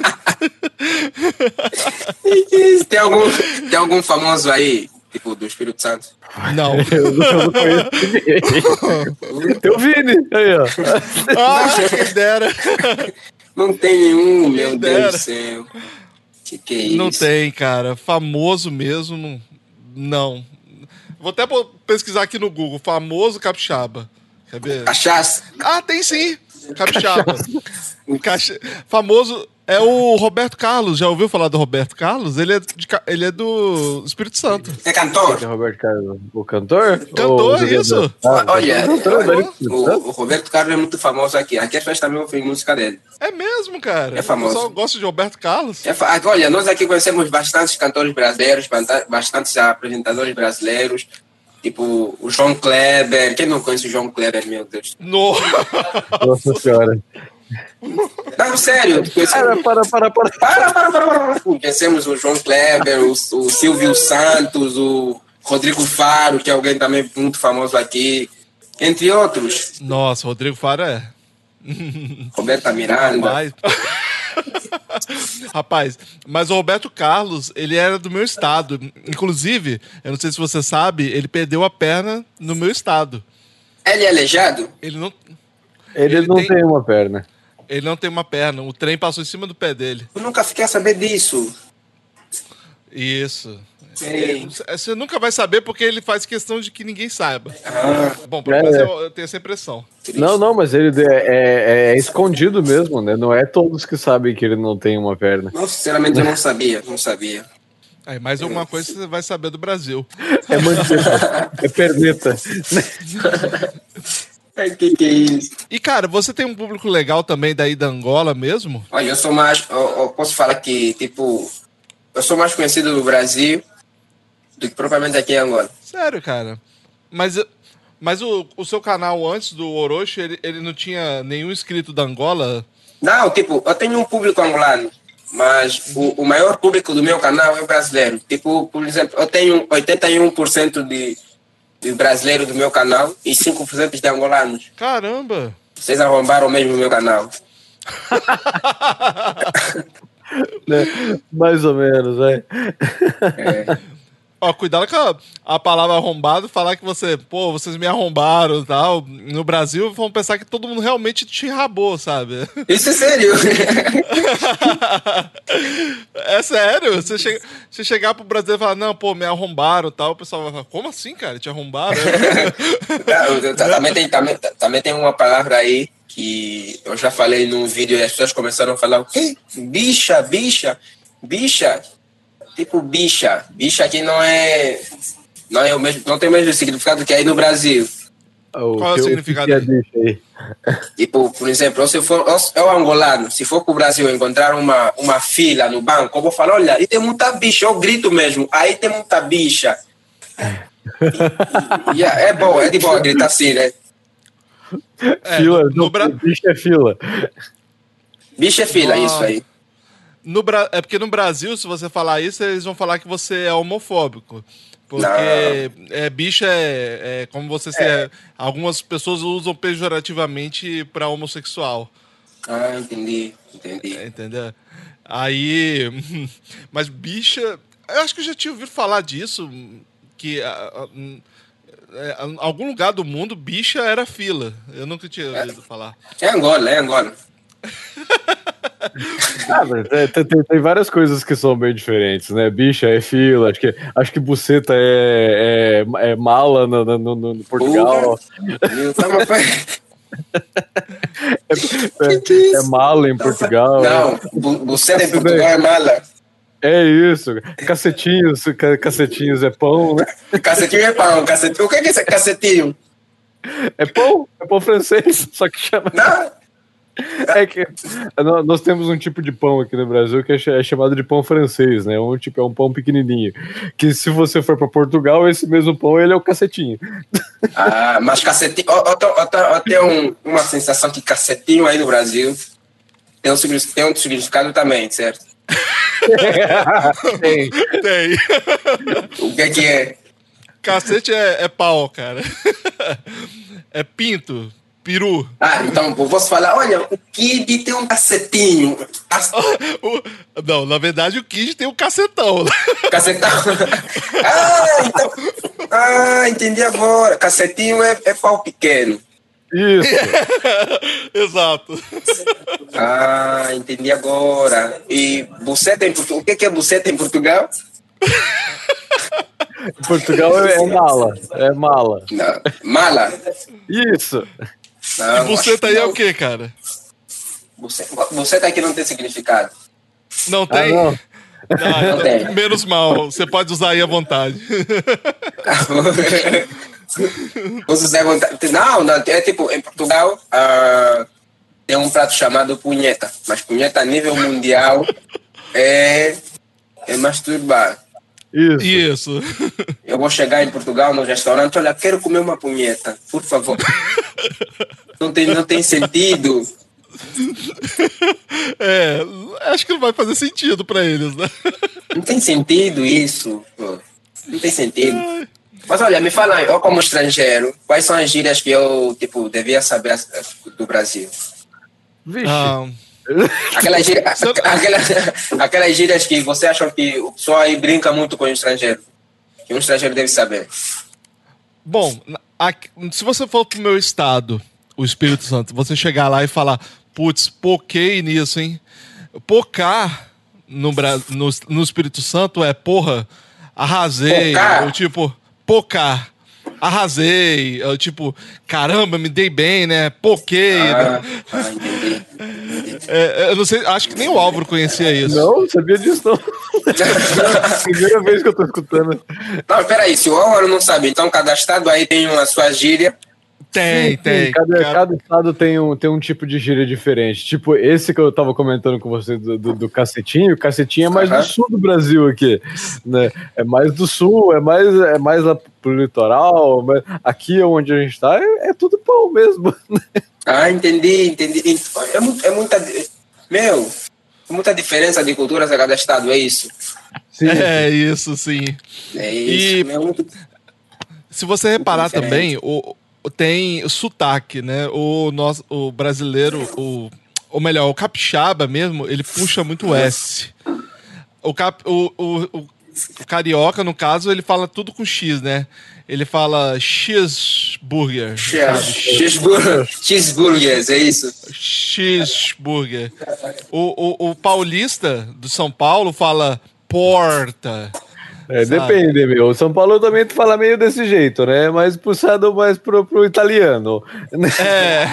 Tem algum, tem algum famoso aí, tipo, do Espírito Santo? Não. Eu não, eu não conheço ninguém. Tem o Vini, aí, ó. Ah, quem dera. Não tem nenhum, meu Quem Deus dera. do céu. Que que é isso? Não tem, cara. Famoso mesmo, não. não. Vou até pesquisar aqui no Google. Famoso capixaba. Quer ver? Cachaça. Ah, tem sim. Capixaba. Cacha... Famoso é o Roberto Carlos. Já ouviu falar do Roberto Carlos? Ele é, de... Ele é do Espírito Santo. É cantor? É o Roberto Carlos, o cantor? Cantor, Ou o isso. Ah, Olha, cantor, olha, né? o, o Roberto Carlos é muito famoso aqui. Aqui as pessoas também ouvem música dele. É mesmo, cara. É famoso. O pessoal gosta de Roberto Carlos. É fa- olha, nós aqui conhecemos bastantes cantores brasileiros, banta- bastantes apresentadores brasileiros, tipo o João Kleber. Quem não conhece o João Kleber, meu Deus? No... Nossa senhora. Não, sério. Para, para, para, para. Para, para, para, para. Conhecemos o João Kleber, o, o Silvio Santos, o Rodrigo Faro, que é alguém também muito famoso aqui, entre outros. Nossa, Rodrigo Faro é... Roberta Miranda. Rapaz. Rapaz, mas o Roberto Carlos, ele era do meu estado. Inclusive, eu não sei se você sabe, ele perdeu a perna no meu estado. Ele é aleijado? Ele não, Ele, Ele não tem- tem... uma perna. ele não tem uma perna. O trem passou em cima do pé dele. Eu nunca fiquei a saber disso. Isso. Ei. Você nunca vai saber porque ele faz questão de que ninguém saiba. Ah, Bom, pelo É, menos é. eu, eu tenho essa impressão. triste. Não, não, mas ele é, é- é escondido mesmo, né? Não é todos que sabem que ele não tem uma perna. Não, sinceramente eu não sabia, não sabia. Aí, mais alguma coisa você vai saber do Brasil. É mancheta, é perneta. Ai, que que é isso? E, cara, você tem um público legal também daí da Angola mesmo? Olha, eu sou mais, eu, eu posso falar que, tipo, eu sou mais conhecido no Brasil do que propriamente aqui em Angola. Sério, cara. Mas, mas o, o seu canal antes do Orochi, ele, ele não tinha nenhum inscrito da Angola? Não, tipo, eu tenho um público angolano, mas o, o maior público do meu canal é brasileiro. Tipo, por exemplo, eu tenho oitenta e um por cento de, de brasileiro do meu canal e cinco por cento de angolanos. Caramba! Vocês arrombaram mesmo o meu canal. Né? Mais ou menos, é. É. Ó, cuidado com a, a palavra arrombado, falar que você, pô, vocês me arrombaram e tal. No Brasil, vão pensar que todo mundo realmente te enrabou, sabe? Isso é sério. É sério? Você, chega, você chegar pro Brasil e falar, não, pô, me arrombaram e tal, o pessoal vai falar, como assim, cara? Te arrombaram? Não, também, tem, também, também tem uma palavra aí que eu já falei num vídeo e as pessoas começaram a falar, o quê? Bicha, bicha, bicha. Tipo bicha. Bicha aqui não é. Não, é o mesmo, não tem o mesmo significado que aí no Brasil. O Qual é o que- significado que é aí? bicho aí? Tipo, por exemplo, eu, se for, eu, eu angolano, se for para o Brasil encontrar uma, uma fila no banco, eu vou falar, olha, aí tem muita bicha, eu grito mesmo, aí tem muita bicha. E- e- é bom, é de boa gritar assim, né? É, Fila, no, no, não, Bra- bicho é fila. Bicha é fila, Ah. isso aí. no Bra- é porque no Brasil, se você falar isso, eles vão falar que você é homofóbico. Porque é, bicho é, é como você ser. Algumas pessoas usam pejorativamente pra homossexual. Ah, entendi, entendi. Entendeu? Aí. Mas bicha. Eu acho que eu já tinha ouvido falar disso. Que a, a, é, em algum lugar do mundo, bicha era fila. Eu nunca tinha ouvido falar. É Angola, é Angola. Ah, mas é, tem, tem- tem várias coisas que são bem diferentes, né? Bicha é fila, acho que, acho que buceta é, é, é mala no, no, no- no Portugal. Eu tava- É, é mala em Portugal. Não, bu- buceta em Portugal é mala. É isso. Cacetinhos, ca- cacetinhos é pão, né? Cacetinho é pão, cacetinho. O que é que é esse cacetinho? É pão, é pão francês, só que chama. Não, É que nó- nós temos um tipo de pão aqui no Brasil que é cha- é chamado de pão francês, né? Um tipo é um pão pequenininho. Que se você for para Portugal, esse mesmo pão ele é o cacetinho. ah, mas cacetinho. Eu, eu, tô- eu, tô- eu tenho um- uma sensação que cacetinho aí no Brasil tem um, signi- tem um significado também, certo? Tem. Tem. O que é que é? Cacete é, é pau, cara. É pinto, peru. Ah, então eu posso falar, olha, o Kid tem um cacetinho. O- não, na verdade o Kid tem um cacetão. Cacetão. Ah, então. Ah, entendi agora. Cacetinho é, é pau pequeno. Isso. Exato. Ah, entendi agora. E buceta em Portugal. O que é, que é buceta em Portugal? Em Portugal é mala. É mala. Não. Mala. Isso. Não, E buceta acho aí que é não. o que, cara? Buceta, buceta aqui não tem significado. Não Ah, tem? não. Ah, Não tem. menos mal. Você pode usar aí à vontade. Posso usar à vontade? Não, não, é tipo, em Portugal ah, tem um prato chamado punheta, mas punheta a nível mundial é, é masturbar. Isso. Isso. Eu vou chegar em Portugal no restaurante, olha, quero comer uma punheta, por favor. Não tem, não tem sentido. É, acho que não vai fazer sentido pra eles, né? Não tem sentido isso. Pô. Não tem sentido. Mas olha, me fala, eu como estrangeiro, quais são as gírias que eu, tipo, devia saber as- do Brasil? Vixe. Ah, Aquelas gírias, aquelas, aquelas gírias que você acha que o pessoal aí brinca muito com o estrangeiro. Que um estrangeiro deve saber. bom, aqui- se você for pro meu estado, o Espírito Santo, você chegar lá e falar, putz, poquei nisso, hein? Pocar no, Bra- no, no Espírito Santo é, porra, arrasei. Pocar? Ou tipo, pocar. Arrasei. Eu, tipo, caramba, me dei bem, né? Poquei. Ah, né? ah, entendi. É, eu não sei, acho que nem o Álvaro conhecia isso. Não, não sabia disso, não. Primeira vez que eu tô escutando. Não, peraí, se o Álvaro não sabe, então cada estado aí tem uma sua gíria. Tem, Sim, tem. Cada, Cara, cada estado tem um, tem um tipo de gíria diferente. Tipo, esse que eu tava comentando com você do, do, do cacetinho, o cacetinho é mais Aham. do sul do Brasil aqui, né? É mais do sul, é mais, é mais lá pro litoral. Mas aqui onde a gente tá, é, é tudo pão mesmo. Ah, entendi, entendi. É, muito, é muita. Meu, muita diferença de culturas a cada estado, é isso. Sim. é isso, sim. É isso. E- É muito... Se você reparar diferente. também, o, o- tem o sotaque, né? O, nosso, o brasileiro, o, ou melhor, o capixaba mesmo, ele puxa muito o S. O, cap, o, o, o, o carioca, no caso, ele fala tudo com X, né? Ele fala cheeseburger. sabe? Cheeseburger, cheeseburgers, é isso. Cheeseburger. O, o, o paulista do São Paulo fala porta. É, Sabe? depende, meu. O São Paulo também fala meio desse jeito, né? Mais puxado mais pro, pro italiano. É.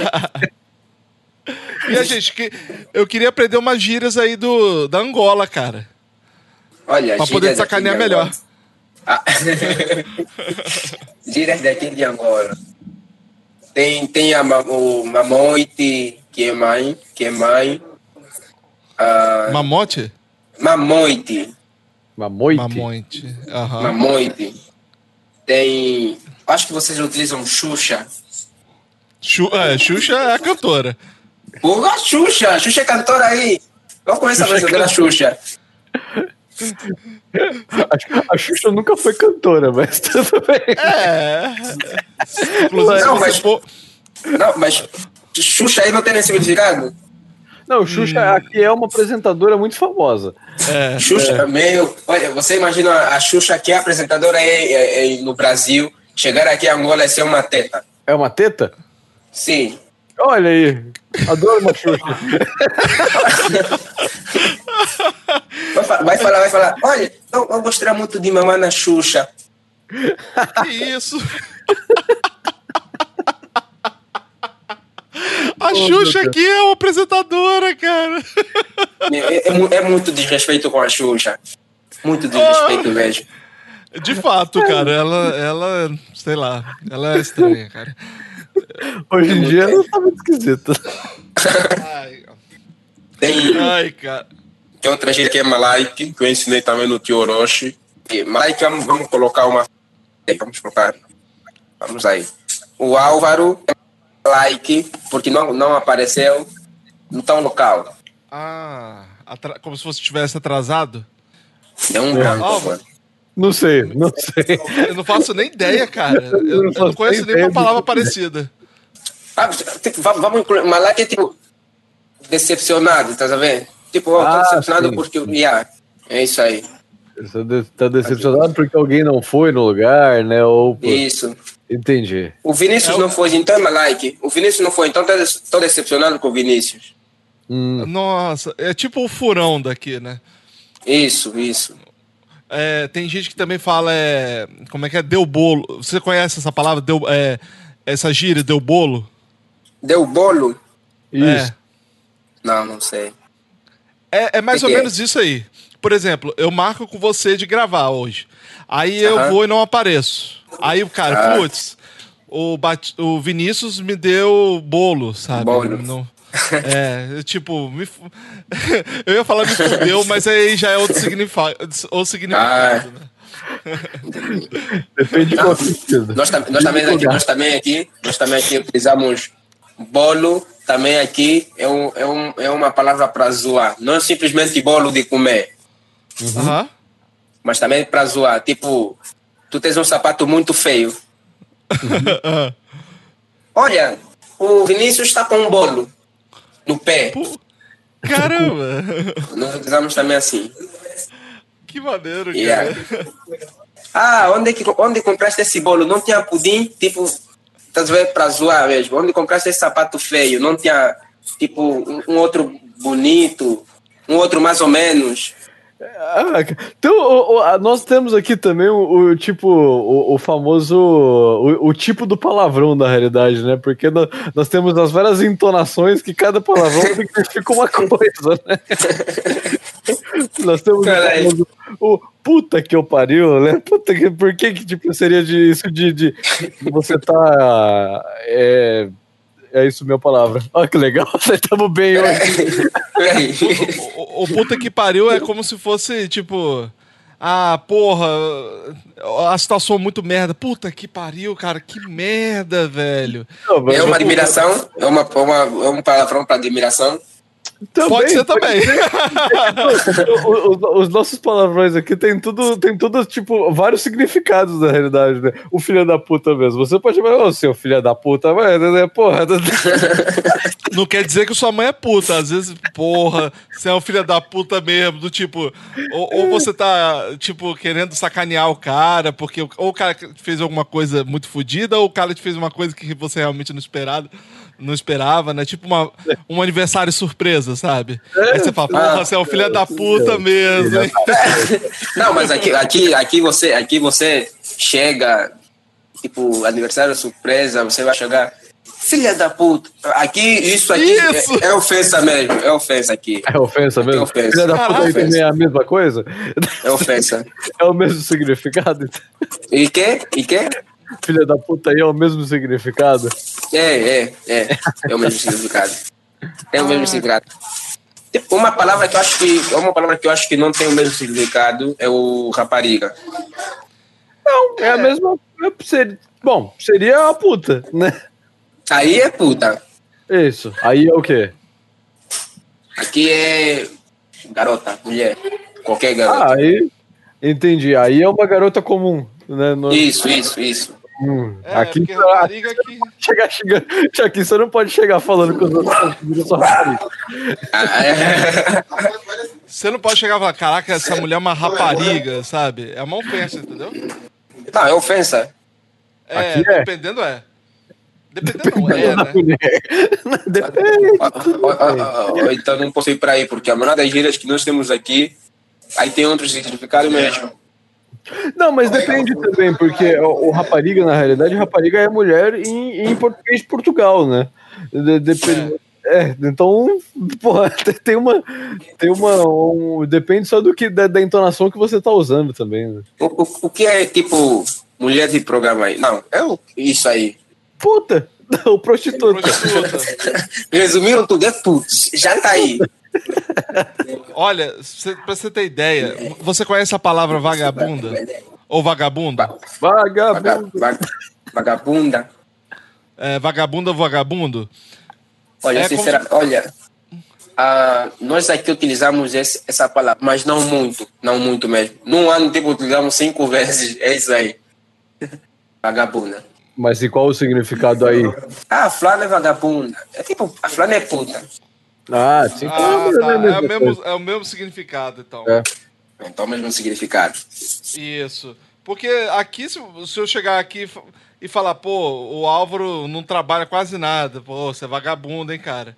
E a gente, que, eu queria aprender umas gírias aí do, da Angola, cara. Olha, Pra poder gírias sacanear daqui de melhor. Angola. Ah. Gírias daqui de Angola. Tem, tem a, ma- o mamoite, que é mãe, que é mãe. Ah, Mamote? mamoite, Mamoite. Mamonte. Aham. mamoite. Tem, acho que vocês utilizam Xuxa. Xu, é, Xuxa é a cantora. Porra, Xuxa, Xuxa é cantora aí. Eu conheço a Xuxa é verdadeira Xuxa. A, a Xuxa nunca foi cantora, mas tudo bem. É. Inclusive, se Não, você mas- for- Não, mas Xuxa aí não tem nem significado. Não, Xuxa aqui é uma apresentadora muito famosa. é, Xuxa, meu, olha, você imagina a Xuxa que é apresentadora aí, aí no Brasil, chegar aqui a Angola e ser uma teta. É uma teta? Sim. Olha aí. Adoro uma Xuxa. Vai, fa- vai falar, vai falar, olha, eu, eu gostaria muito de mamar na Xuxa. que isso? A Xuxa aqui é uma apresentadora, cara. Meu, É, é mu- é muito desrespeito com a Xuxa. Muito desrespeito mesmo. De fato, cara, ela, ela, sei lá, ela é estranha, cara. Hoje em dia ela tá muito esquisita. Ai, Tem, ai, cara. tem outra gíria que é Malaike, que eu ensinei também no tio Orochi. E Malaike, vamos, vamos colocar uma... Vamos colocar... Vamos aí. O Álvaro é Malaike, porque não, não apareceu. no tal local. Ah, atra- como se você estivesse atrasado? É um É. branco Ó, agora. Não sei, não sei. Eu não faço nem ideia, cara. Eu, Eu não eu não faço conheço nem nenhuma ideia palavra do que é. parecida. Ah, tipo, va- vamos incluir, mas lá que é tipo decepcionado, tá vendo? Tipo, ó, tô Ah, decepcionado sim, porque. Yeah, é isso aí. Você de- tá decepcionado porque alguém não foi no lugar, né? Ou por... Isso. Entendi. O Vinícius É o- não foi, então é like. O Vinícius não foi, então tô, tô decepcionado com o Vinícius. Hum, Nossa, é tipo o furão daqui, né? Isso, isso. É, tem gente que também fala, é, como é que é? Deu bolo. Você conhece essa palavra? Deu, é, essa gíria, deu bolo? Deu bolo? isso. Não, não sei. É, é mais Que ou que é? menos isso aí. Por exemplo, eu marco com você de gravar hoje. Aí eu Aham. vou e não apareço. Aí o cara, Ah. putz, o, Bat- o Vinícius me deu bolo, sabe? Bolo. Não- é, tipo, me fu- eu ia falar me fudeu, mas aí já é outro significado, outro significado, né? Depende de qual sentido. Nós, tam- nós, também aqui, nós também aqui, nós também aqui utilizamos bolo, também aqui é, um, é, um, é uma palavra para zoar. Não é simplesmente bolo de comer, Aham. mas também para zoar. Tipo, tu tens um sapato muito feio. Ah. Olha, o Vinícius está com um bolo no pé. Pô, caramba! Nós utilizamos também assim. Que maneiro, cara. Yeah. Ah, onde, é que, onde compraste esse bolo? Não tinha pudim? Tipo, estás a ver para zoar mesmo. Onde compraste esse sapato feio? Não tinha, tipo, um, um outro bonito, um outro mais ou menos. Ah, então, o- o- a- nós temos aqui também o, o tipo, o, o famoso, o, o tipo do palavrão da realidade, né? Porque nó- nós temos as várias entonações que cada palavrão significa uma coisa, né? Nós temos o, Caralho. famoso, o puta que eu pariu, né? Puta que, por que que tipo, seria de, isso de, de você tá... É, é isso, minha palavra. Olha que legal, nós estamos bem hoje. Peraí. O, o- o puta que pariu é como se fosse, tipo... Ah, porra, a situação é muito merda. Puta que pariu, cara, que merda, velho. Não, mas- É uma admiração? É uma, uma, é um palavrão para admiração? Pode ser também. os, os- os nossos palavrões aqui tem tudo, tem tudo, tipo, vários significados na realidade, né? O filho da puta mesmo. Você pode chamar, ô, seu filho da puta, mas, né, porra. Não quer dizer que sua mãe é puta. Às vezes, porra, você é um filho da puta mesmo. Do tipo, ou, ou você tá, tipo, querendo sacanear o cara, porque o- ou o cara fez alguma coisa muito fodida, ou o cara te fez uma coisa que você realmente não esperava, não esperava, né? Tipo uma, um aniversário surpresa, sabe? Aí você fala, porra, Ah. você é um filho da puta mesmo, hein? Não, mas aqui, aqui, aqui, você, aqui você chega, tipo, aniversário surpresa, você vai chegar, filha da puta. Aqui, isso aqui Isso! É, é ofensa mesmo, é ofensa aqui. É ofensa mesmo? É ofensa. Filha da puta aí Caraca. também é a mesma coisa? É ofensa. É o mesmo significado? E que? E que? Filha da puta aí é o mesmo significado? É, é, é. É o mesmo significado. É o mesmo significado. Tipo, uma palavra que eu acho que. Uma palavra que eu acho que não tem o mesmo significado é o rapariga. Não, é a mesma. é- seria- Bom, seria a puta, né? Aí é puta. Isso. Aí é o quê? Aqui é garota, mulher. Qualquer Ah, garota. aí. Entendi. Aí é uma garota comum, né? No- Isso, isso, isso. Hum, É, aqui, porque rapariga aqui... chegar, chega, aqui você não pode chegar falando com os outros vira só rapariga. Ah, é. Você não pode chegar e falar, caraca, essa mulher é uma rapariga, sabe? É uma ofensa, entendeu? Não, é ofensa. É, Aqui é. dependendo é. Dependendo não é, Da né? mulher. Depende. Ó, ó, ó, ó, Então não posso ir para aí, porque a maioria das gírias que nós temos aqui, aí tem outro significado mesmo. Não, mas depende também, porque o, o rapariga, na realidade, rapariga é mulher em, em português de Portugal, né? De- depende- é, então, porra, tem uma. Tem uma. Um, depende só do que, da, da entonação que você tá usando também, né? O, o, o que é tipo mulher de programa aí? Não, é o- isso aí. Puta! O prostituta. Prostituta. Resumiram tudo, é putz, já tá aí. Olha, cê, pra você ter ideia, você conhece a palavra vagabunda? Ou vagabunda? Vaga- Vagabundo. vaga- Vagabunda. É, vagabunda ou vagabundo? Olha, É sincera, olha, ah, nós aqui utilizamos esse, essa palavra, mas não muito, não muito mesmo. Num ano, tipo, utilizamos cinco vezes, é isso aí. Vagabunda. Mas e qual o significado aí? Ah, fulano é vagabunda. É tipo, a fulana é puta. Ah, sim. Ah, claro, tá. né, É, mesma o mesmo, coisa. é o mesmo significado, então. É. Então, mesmo significado. Isso. Porque aqui, se, se eu chegar aqui e fa- e falar, pô, o Álvaro não trabalha quase nada, pô, você é vagabundo, hein, cara?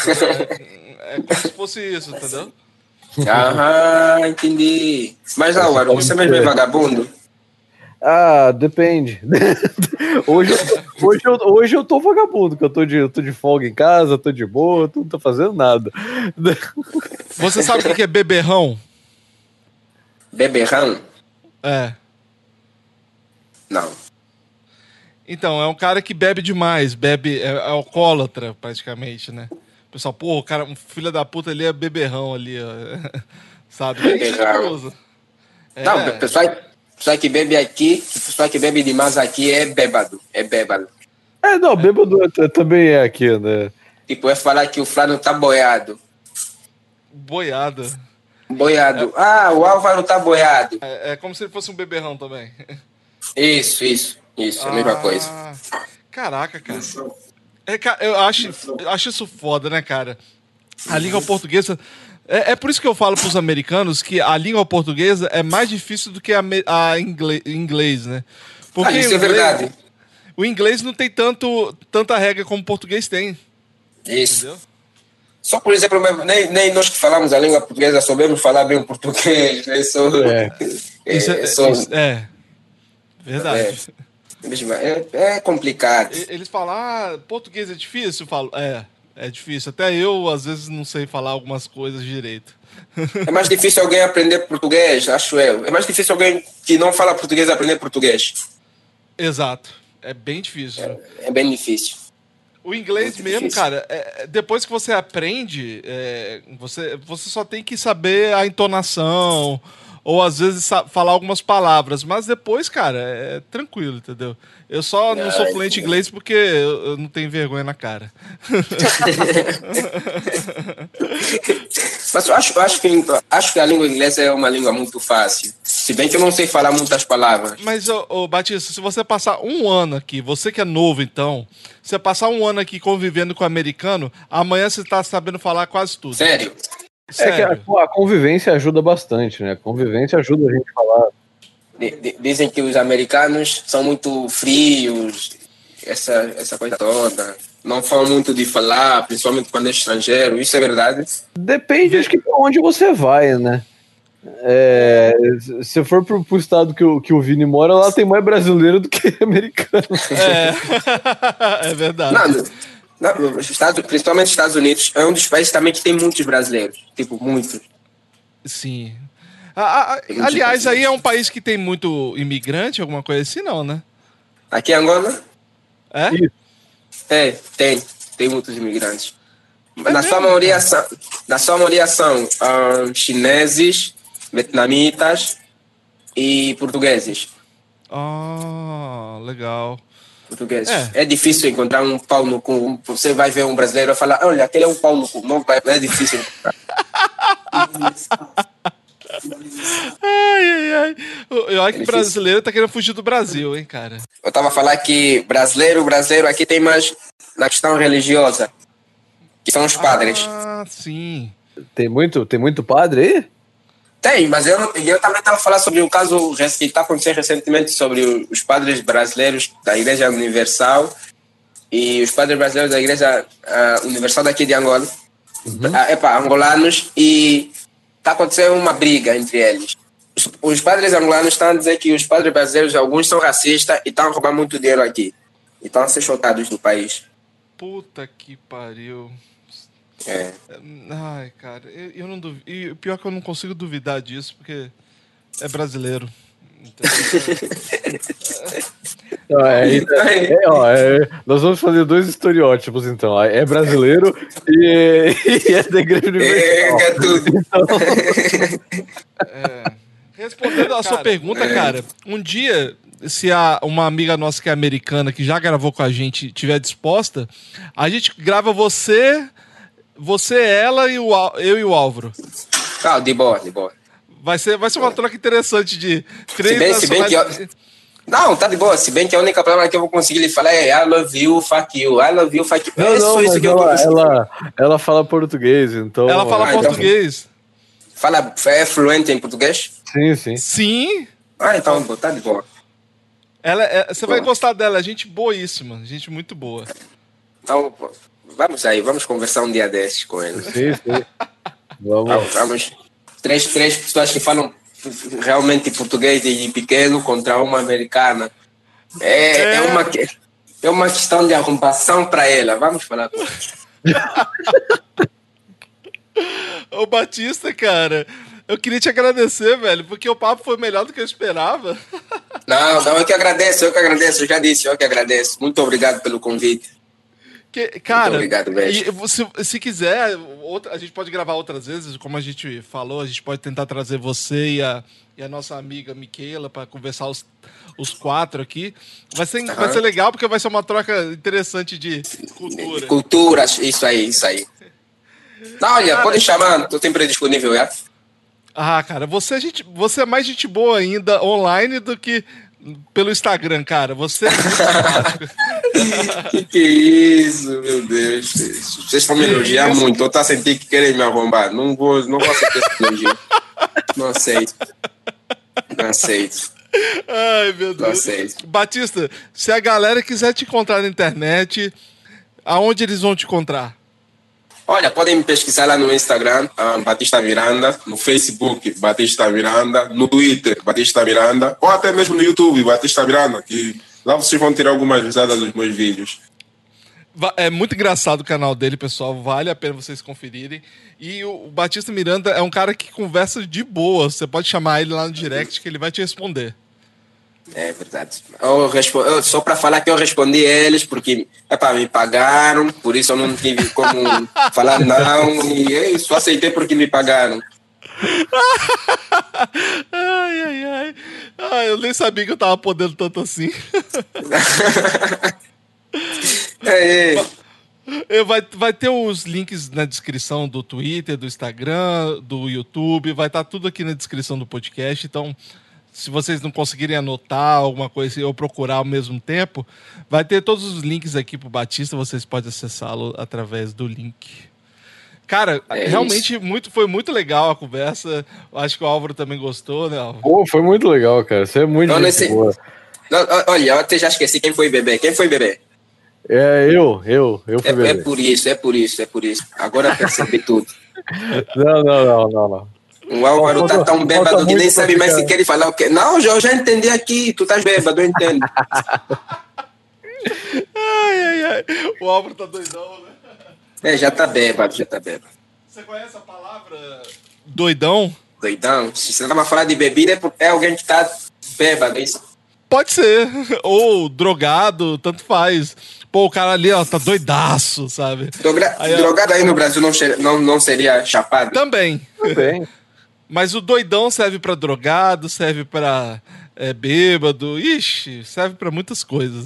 É, é como se fosse isso, entendeu? Aham, entendi. Mas, Álvaro, pode você mesmo é ser. vagabundo? Ah, depende. hoje, eu- hoje, eu, hoje eu tô vagabundo, que eu tô de, eu tô de folga em casa, tô de boa, tô, não tô fazendo nada. Você sabe o que que é beberrão? Beberrão? É. Não. Então, é um cara que bebe demais, bebe, é, é alcoólatra, praticamente, né? O pessoal, pô, o cara, um filho da puta ali é beberrão ali, ó. Sabe? Tem gente que Beberrão. usa. É, Não, pessoal, pessoal que bebe aqui, pessoal que bebe demais aqui é bêbado. É bêbado. É, não, bêbado t- também é aqui, né? Tipo, é falar que o Flávio tá boiado. boiada. Boiado. Ah, o Álvaro tá boiado. É, é como se ele fosse um beberrão também. Isso, isso, isso, é a mesma Ah, coisa. Caraca, cara. É, ca- eu acho, eu acho isso foda, né, cara? A língua portuguesa. É, é por isso que eu falo pros americanos que a língua portuguesa é mais difícil do que a, me- a ingle- inglês, né? Ah, isso o é verdade. O inglês não tem tanto, tanta regra como o português tem. Isso. Entendeu? Só por exemplo, mesmo, nem, nem nós que falamos a língua portuguesa sabemos falar bem o português. Né? Só, É. é, Isso é, é só, isso- é. Verdade. é, é complicado. E- Eles falam, ah, português é difícil? Eu falo, é, é difícil. Até eu, às vezes, não sei falar algumas coisas direito. É mais difícil alguém aprender português, acho eu. É mais difícil alguém que não fala português aprender português. Exato. É bem difícil. É bem difícil. O inglês Muito mesmo, difícil. cara, é- depois que você aprende, é, você, você só tem que saber a entonação, ou às vezes sa- falar algumas palavras, mas depois, cara, é tranquilo, entendeu? Eu só não sou Ai, fluente em inglês porque eu, eu não tenho vergonha na cara. Mas eu acho, eu acho, que, acho que a língua inglesa é uma língua muito fácil. Se bem que eu não sei falar muitas palavras. Mas, ô, ô, Batista, se você passar um ano aqui, você que é novo, então, você passar um ano aqui convivendo com o americano, amanhã você tá sabendo falar quase tudo. Sério. É que a, Sério. a convivência ajuda bastante, né? A convivência ajuda a gente a falar. D- d- dizem que os americanos são muito frios, essa, essa coisa toda. Não falam muito de falar, principalmente quando é estrangeiro. Isso é verdade? Depende, acho que pra onde você vai, né? É, se for pro, pro estado que o, que o Vini mora, lá tem mais brasileiro do que americano. É, é verdade. Não, não, os Estados, principalmente os Estados Unidos, é um dos países também que tem muitos brasileiros. Tipo, muitos. Sim. A- a- muito aliás, aí interessante. é um país que tem muito imigrante, alguma coisa assim, não, né? Aqui em Angola, É? Isso. é, tem. Tem muitos imigrantes. É na, sua mesmo, maioria cara? são, na sua maioria são ah, chineses, vietnamitas e portugueses. Ah, legal. Portugueses. É. É. difícil encontrar um pau no cu. Você vai ver um brasileiro e falar, olha, aquele é um pau no cu. Não vai, é difícil. Ai, ai, ai. Eu acho que difícil. brasileiro tá querendo fugir do Brasil, hein, cara? Eu tava a falar que brasileiro, brasileiro aqui tem mais na questão religiosa, que são os padres. Ah, sim. Tem muito, tem muito padre aí? Tem, mas eu, não- eu também estava a falar sobre um caso rec- que está acontecendo recentemente sobre o- os padres brasileiros da Igreja Universal e os padres brasileiros da Igreja ah, Universal daqui de Angola. Ah, epa, angolanos, e está acontecendo uma briga entre eles. Os, os padres angolanos estão a dizer que os padres brasileiros, alguns são racistas e estão a roubar muito dinheiro aqui. E estão a ser chocados do país. Puta que pariu. É. Ai, cara, eu, eu não duvido. E o pior é que eu não consigo duvidar disso, porque é brasileiro. Entendeu? Não, é, é, é, ó, é, nós vamos fazer dois estereótipos, então. É brasileiro e, e é da Igreja É, Universal. é tudo. É. Respondendo a sua pergunta, cara, um dia, se a, uma amiga nossa que é americana, que já gravou com a gente, tiver disposta, a gente grava você Você, ela e o, Al- eu e o Álvaro. Ah, de boa, de boa. Vai ser, vai ser uma troca interessante de três Se bem, se bem que eu... Não, tá de boa. Se bem que a única palavra que eu vou conseguir lhe falar é I love you, fuck you. I love you, fuck you. Não, é não, só mas isso que eu vou ela, conseguir. ela, ela fala português, então... Ela fala Ah, então- português. Fala, é fluente em português? Sim, sim. Sim. Ah, então tá de boa. Ela é- você vai Boa. gostar dela, é gente boíssima, gente muito boa. Então, vamos aí, vamos conversar um dia desses com ele. Sim, sim. Vamos, Vamos. vamos. Três, três pessoas que falam realmente português de pequeno contra uma americana. É, é. É. uma, que- é uma questão de arrumação para ela. Vamos falar com ela. Ô Batista, cara, eu queria te agradecer, velho, porque o papo foi melhor do que eu esperava. Não, não, eu que agradeço, eu que agradeço. Eu já disse, eu que agradeço. Muito obrigado pelo convite. Que, cara, obrigado, velho. e se, se quiser, outra, a gente pode gravar outras vezes, como a gente falou, a gente pode tentar trazer você e a, e a nossa amiga Miquela para conversar os, os quatro aqui. Vai ser, Aham. vai ser legal, porque vai ser uma troca interessante de cultura. Culturas, isso aí, isso aí. Não, olha, Cara, pode chamar, estou sempre disponível, já. Ah, cara, você é, gente, você é mais gente boa ainda online do que pelo Instagram, cara. Você é muito simpático. Que que é isso, meu Deus. Vocês estão me Que elogiando isso? muito. Eu tô a sentir que querem me arrombar. Não vou, não vou aceitar esse elogio. Não aceito. Não aceito. Ai, meu Não Deus. aceito. Batista, se a galera quiser te encontrar na internet, aonde eles vão te encontrar? Olha, podem me pesquisar lá no Instagram, ah, Batista Miranda, no Facebook, Batista Miranda, no Twitter, Batista Miranda, ou até mesmo no YouTube, Batista Miranda, que lá vocês vão tirar algumas risadas dos meus vídeos. Va- É muito engraçado o canal dele, pessoal. Vale a pena vocês conferirem. E o o Batista Miranda é um cara que conversa de boa. Você pode chamar ele lá no direct que ele vai te responder. É verdade. Eu respo- eu- só para falar que eu respondi a eles, porque epa, me pagaram, por isso eu não tive como falar não, e eu só aceitei porque me pagaram. Ai, ai, ai. Ai, eu nem sabia que eu tava podendo tanto assim. É, é. Eu, vai, vai ter os links na descrição do Twitter, do Instagram, do YouTube. Vai estar tudo aqui na descrição do podcast. Então, se vocês não conseguirem anotar alguma coisa assim, ou procurar ao mesmo tempo, vai ter todos os links aqui pro Batista. Vocês podem acessá-lo através do link. Cara, É realmente muito, foi muito legal a conversa. Acho que o Álvaro também gostou, né, Álvaro? Pô, foi muito legal, cara. Você é muito Não, gente nesse- boa. Não, ó- olha, eu até já esqueci quem foi bebê. Quem foi bebê? É, eu, eu, eu fui É, é beber. por isso, é por isso, é por isso. Agora eu percebi tudo. Não, não, não, não, não. O Álvaro tá Falta- tão bêbado falta que nem muito pra sabe mais se ficar. quer falar o quê. Não, já, eu já entendi aqui, tu estás bêbado, eu entendo. Ai, ai, ai. O Álvaro tá doidão, né? É, já tá bêbado, já tá bêbado. Você conhece a palavra doidão? Doidão, se você tava falando de bebida, é por- é alguém que tá bêbado, é isso? Pode ser. Ou drogado, tanto faz. Pô, o cara ali, ó, tá doidaço, sabe? Droga- Aí, ó. drogado aí no Brasil não, che- não, não seria chapado? Também. Tudo bem. Mas o doidão serve pra drogado, serve pra é, bêbado. Ixi, serve pra muitas coisas.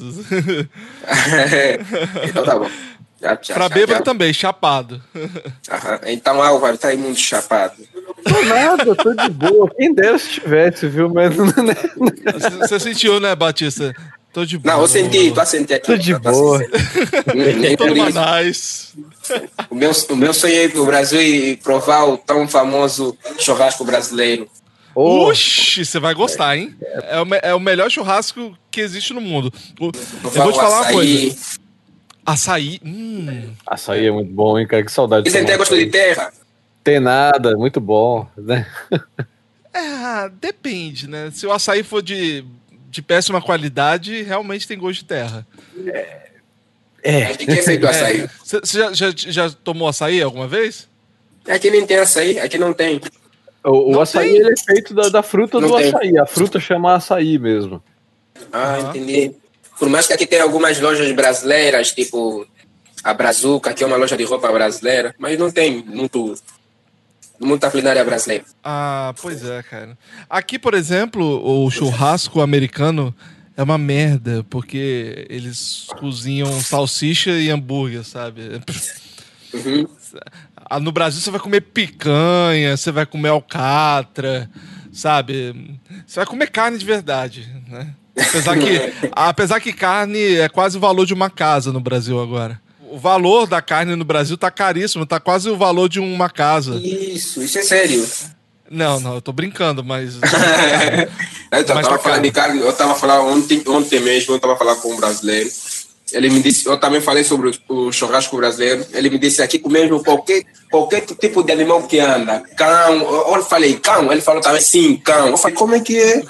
Então tá bom. Já, já, pra já, bêbado já. também, chapado. Aham. Então Álvaro tá aí muito chapado. Tô nada, tô de boa. Quem dera se tivesse, viu? Mas não- Você você sentiu, né, Batista? Tô de boa. Não, eu senti, tô a sentir aqui. Tô de tô a boa. sentir. Nem Tô por isso. manais. O meu, o meu sonho é ir pro Brasil e provar o tão famoso churrasco brasileiro. Ô, Oxi, você vai gostar, hein? É o, me- é o melhor churrasco que existe no mundo. O- eu Provar vou te o falar uma açaí. coisa. Açaí. Hum. açaí é muito bom, hein, cara? Que saudade. Dizem que tem tomar gosto de açaí. terra. Tem nada, muito bom, né? É, depende, né? Se o açaí for de, de péssima qualidade, realmente tem gosto de terra. É. De que é feito o açaí? Você já, já, já tomou açaí alguma vez? Aqui nem tem açaí, aqui não tem. O, o Não açaí tem? ele é feito da, da fruta Não do tem. açaí. A fruta chama açaí mesmo. Ah, Aham. entendi. Por mais que aqui tenha algumas lojas brasileiras, tipo a Brazuca, que é uma loja de roupa brasileira, mas não tem muito, muita culinária brasileira. Ah, pois é, cara. Aqui, por exemplo, o churrasco americano é uma merda, porque eles cozinham salsicha e hambúrguer, sabe? Uhum. No Brasil você vai comer picanha, você vai comer alcatra, sabe? Você vai comer carne de verdade, né? Apesar que, apesar que carne é quase o valor de uma casa no Brasil agora. O valor da carne no Brasil tá caríssimo, tá quase o valor de uma casa. Isso, isso é sério. Não, não, eu tô brincando, mas... eu tava mas tá falando caro. de carne, eu tava falando ontem, ontem mesmo, eu tava falando com um brasileiro. Ele me disse, eu também falei sobre o, o churrasco brasileiro. Ele me disse aqui que mesmo qualquer, qualquer tipo de animal que anda, cão, eu, eu falei cão, ele falou também sim, cão. Eu falei, como é que é?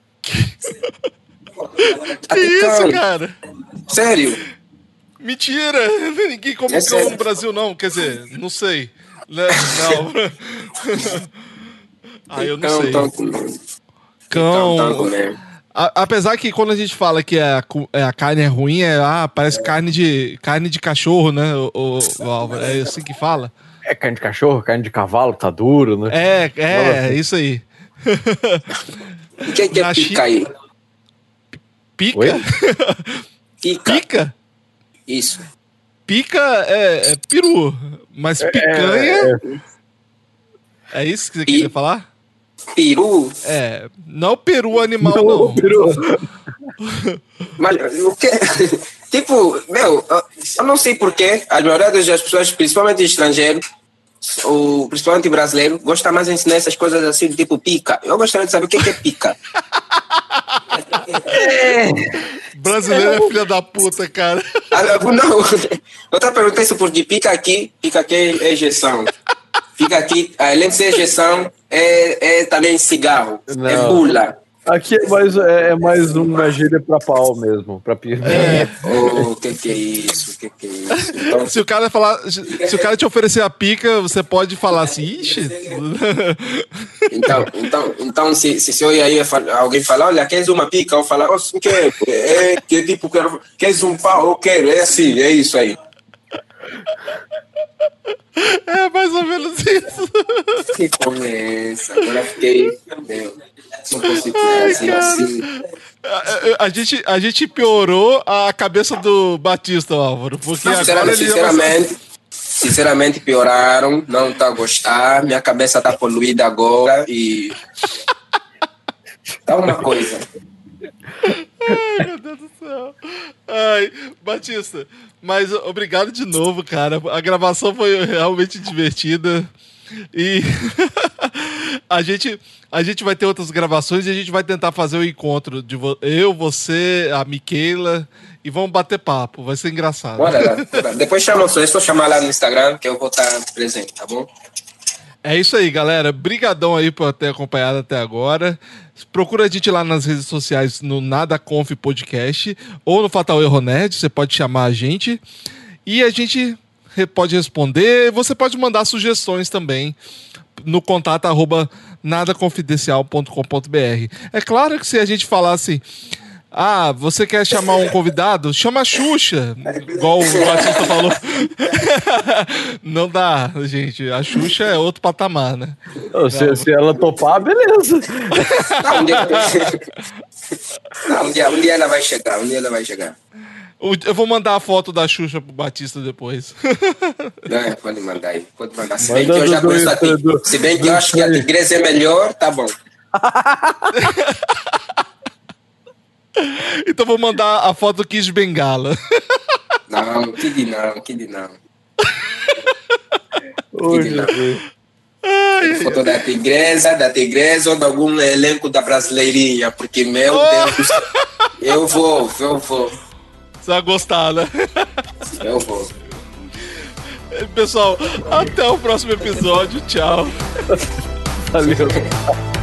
Que isso, cara? Sério? Mentira! Ninguém come É cão sério. no Brasil, não. Quer dizer, não sei. Né? Não. Ah, eu não Cão, sei. tão comendo. Cão. Cão, tão comendo. A- apesar que quando a gente fala que a, cu- é, a carne é ruim, é, ah, parece carne de, carne de cachorro, né, o, o- o Álvaro? É assim que fala? É carne de cachorro, carne de cavalo, tá duro, né? É, é, é isso aí. O que é que é Na pica Chi- aí? Pica? Oi? Pica. Pica? Isso. Pica é, é peru, mas picanha... É, isso que você queria falar? Peru. É, não peru animal, Não, não. peru. Mas o que? Tipo, meu, eu não sei porquê, a maioria das pessoas, principalmente estrangeiros, ou principalmente brasileiro, gosta mais de ensinar essas coisas assim, tipo pica. Eu gostaria de saber o que é pica. Brasileiro é filha da puta, cara. Ah, não, eu estava perguntando isso porque pica aqui, pica aqui é injeção. Fica aqui, além de ser injeção, é, é também cigarro, Não. é bula. Aqui é mais, é, é mais uma gíria pra pau mesmo, pra pia. É. O que que é isso? O que que é isso? Então, Se o cara falar, se o cara te oferecer a pica, você pode falar assim, ixi. então, então, então se, se, se eu ia aí fal- alguém falar, olha, queres uma pica? Eu falar, oh, quero. É, que tipo, quero, queres um pau? Eu quero, é assim, é isso aí. É mais ou menos isso. Que conversa, agora fiquei, meu, não consigo fazer assim. A, a gente, a gente piorou a cabeça do Batista, Álvaro. Porque Não, agora sinceramente, ele já vai- sinceramente, sinceramente pioraram, não tá a gostar, minha cabeça tá poluída agora e tá uma coisa. Ai, meu Deus do céu. Ai, Batista, mas obrigado de novo, cara. A gravação foi realmente divertida. E a gente, a gente vai ter outras gravações e a gente vai tentar fazer o encontro de vo- eu, você, a Miquela e vamos bater papo. Vai ser engraçado. Bora lá, bora. Depois chama só, é só chamar lá no Instagram que eu vou estar presente, tá bom? É isso aí, galera. Brigadão aí por ter acompanhado até agora. Procura a gente lá nas redes sociais no Nada Conf Podcast ou no Fatal Erro Nerd. Você pode chamar a gente e a gente re- pode responder. Você pode mandar sugestões também no contato arroba nadaconfidencial ponto com ponto br. É claro que se a gente falar assim, ah, você quer chamar um convidado? Chama a Xuxa, igual o Batista falou. Não dá, gente. A Xuxa é outro patamar, né? Se, se ela topar, beleza. Não, um, dia... Não, um, dia, um dia ela vai chegar, um dia ela vai chegar. O- Eu vou mandar a foto da Xuxa pro Batista depois. Não, pode mandar aí, pode mandar. Se bem que Manda eu já do- conheço a do- do- tig- se bem que eu acho que a tigresa é melhor, tá bom. Então vou mandar a foto do Kid Bengala. Não, Kid não, Kid não. Ô, Kid não. Jesus. Tem foto da tigresa, da tigresa ou de algum elenco da brasileirinha, porque, meu Deus, eu vou, eu vou, Você vai gostar, né? eu vou. Pessoal, até o próximo episódio. Tchau. Valeu.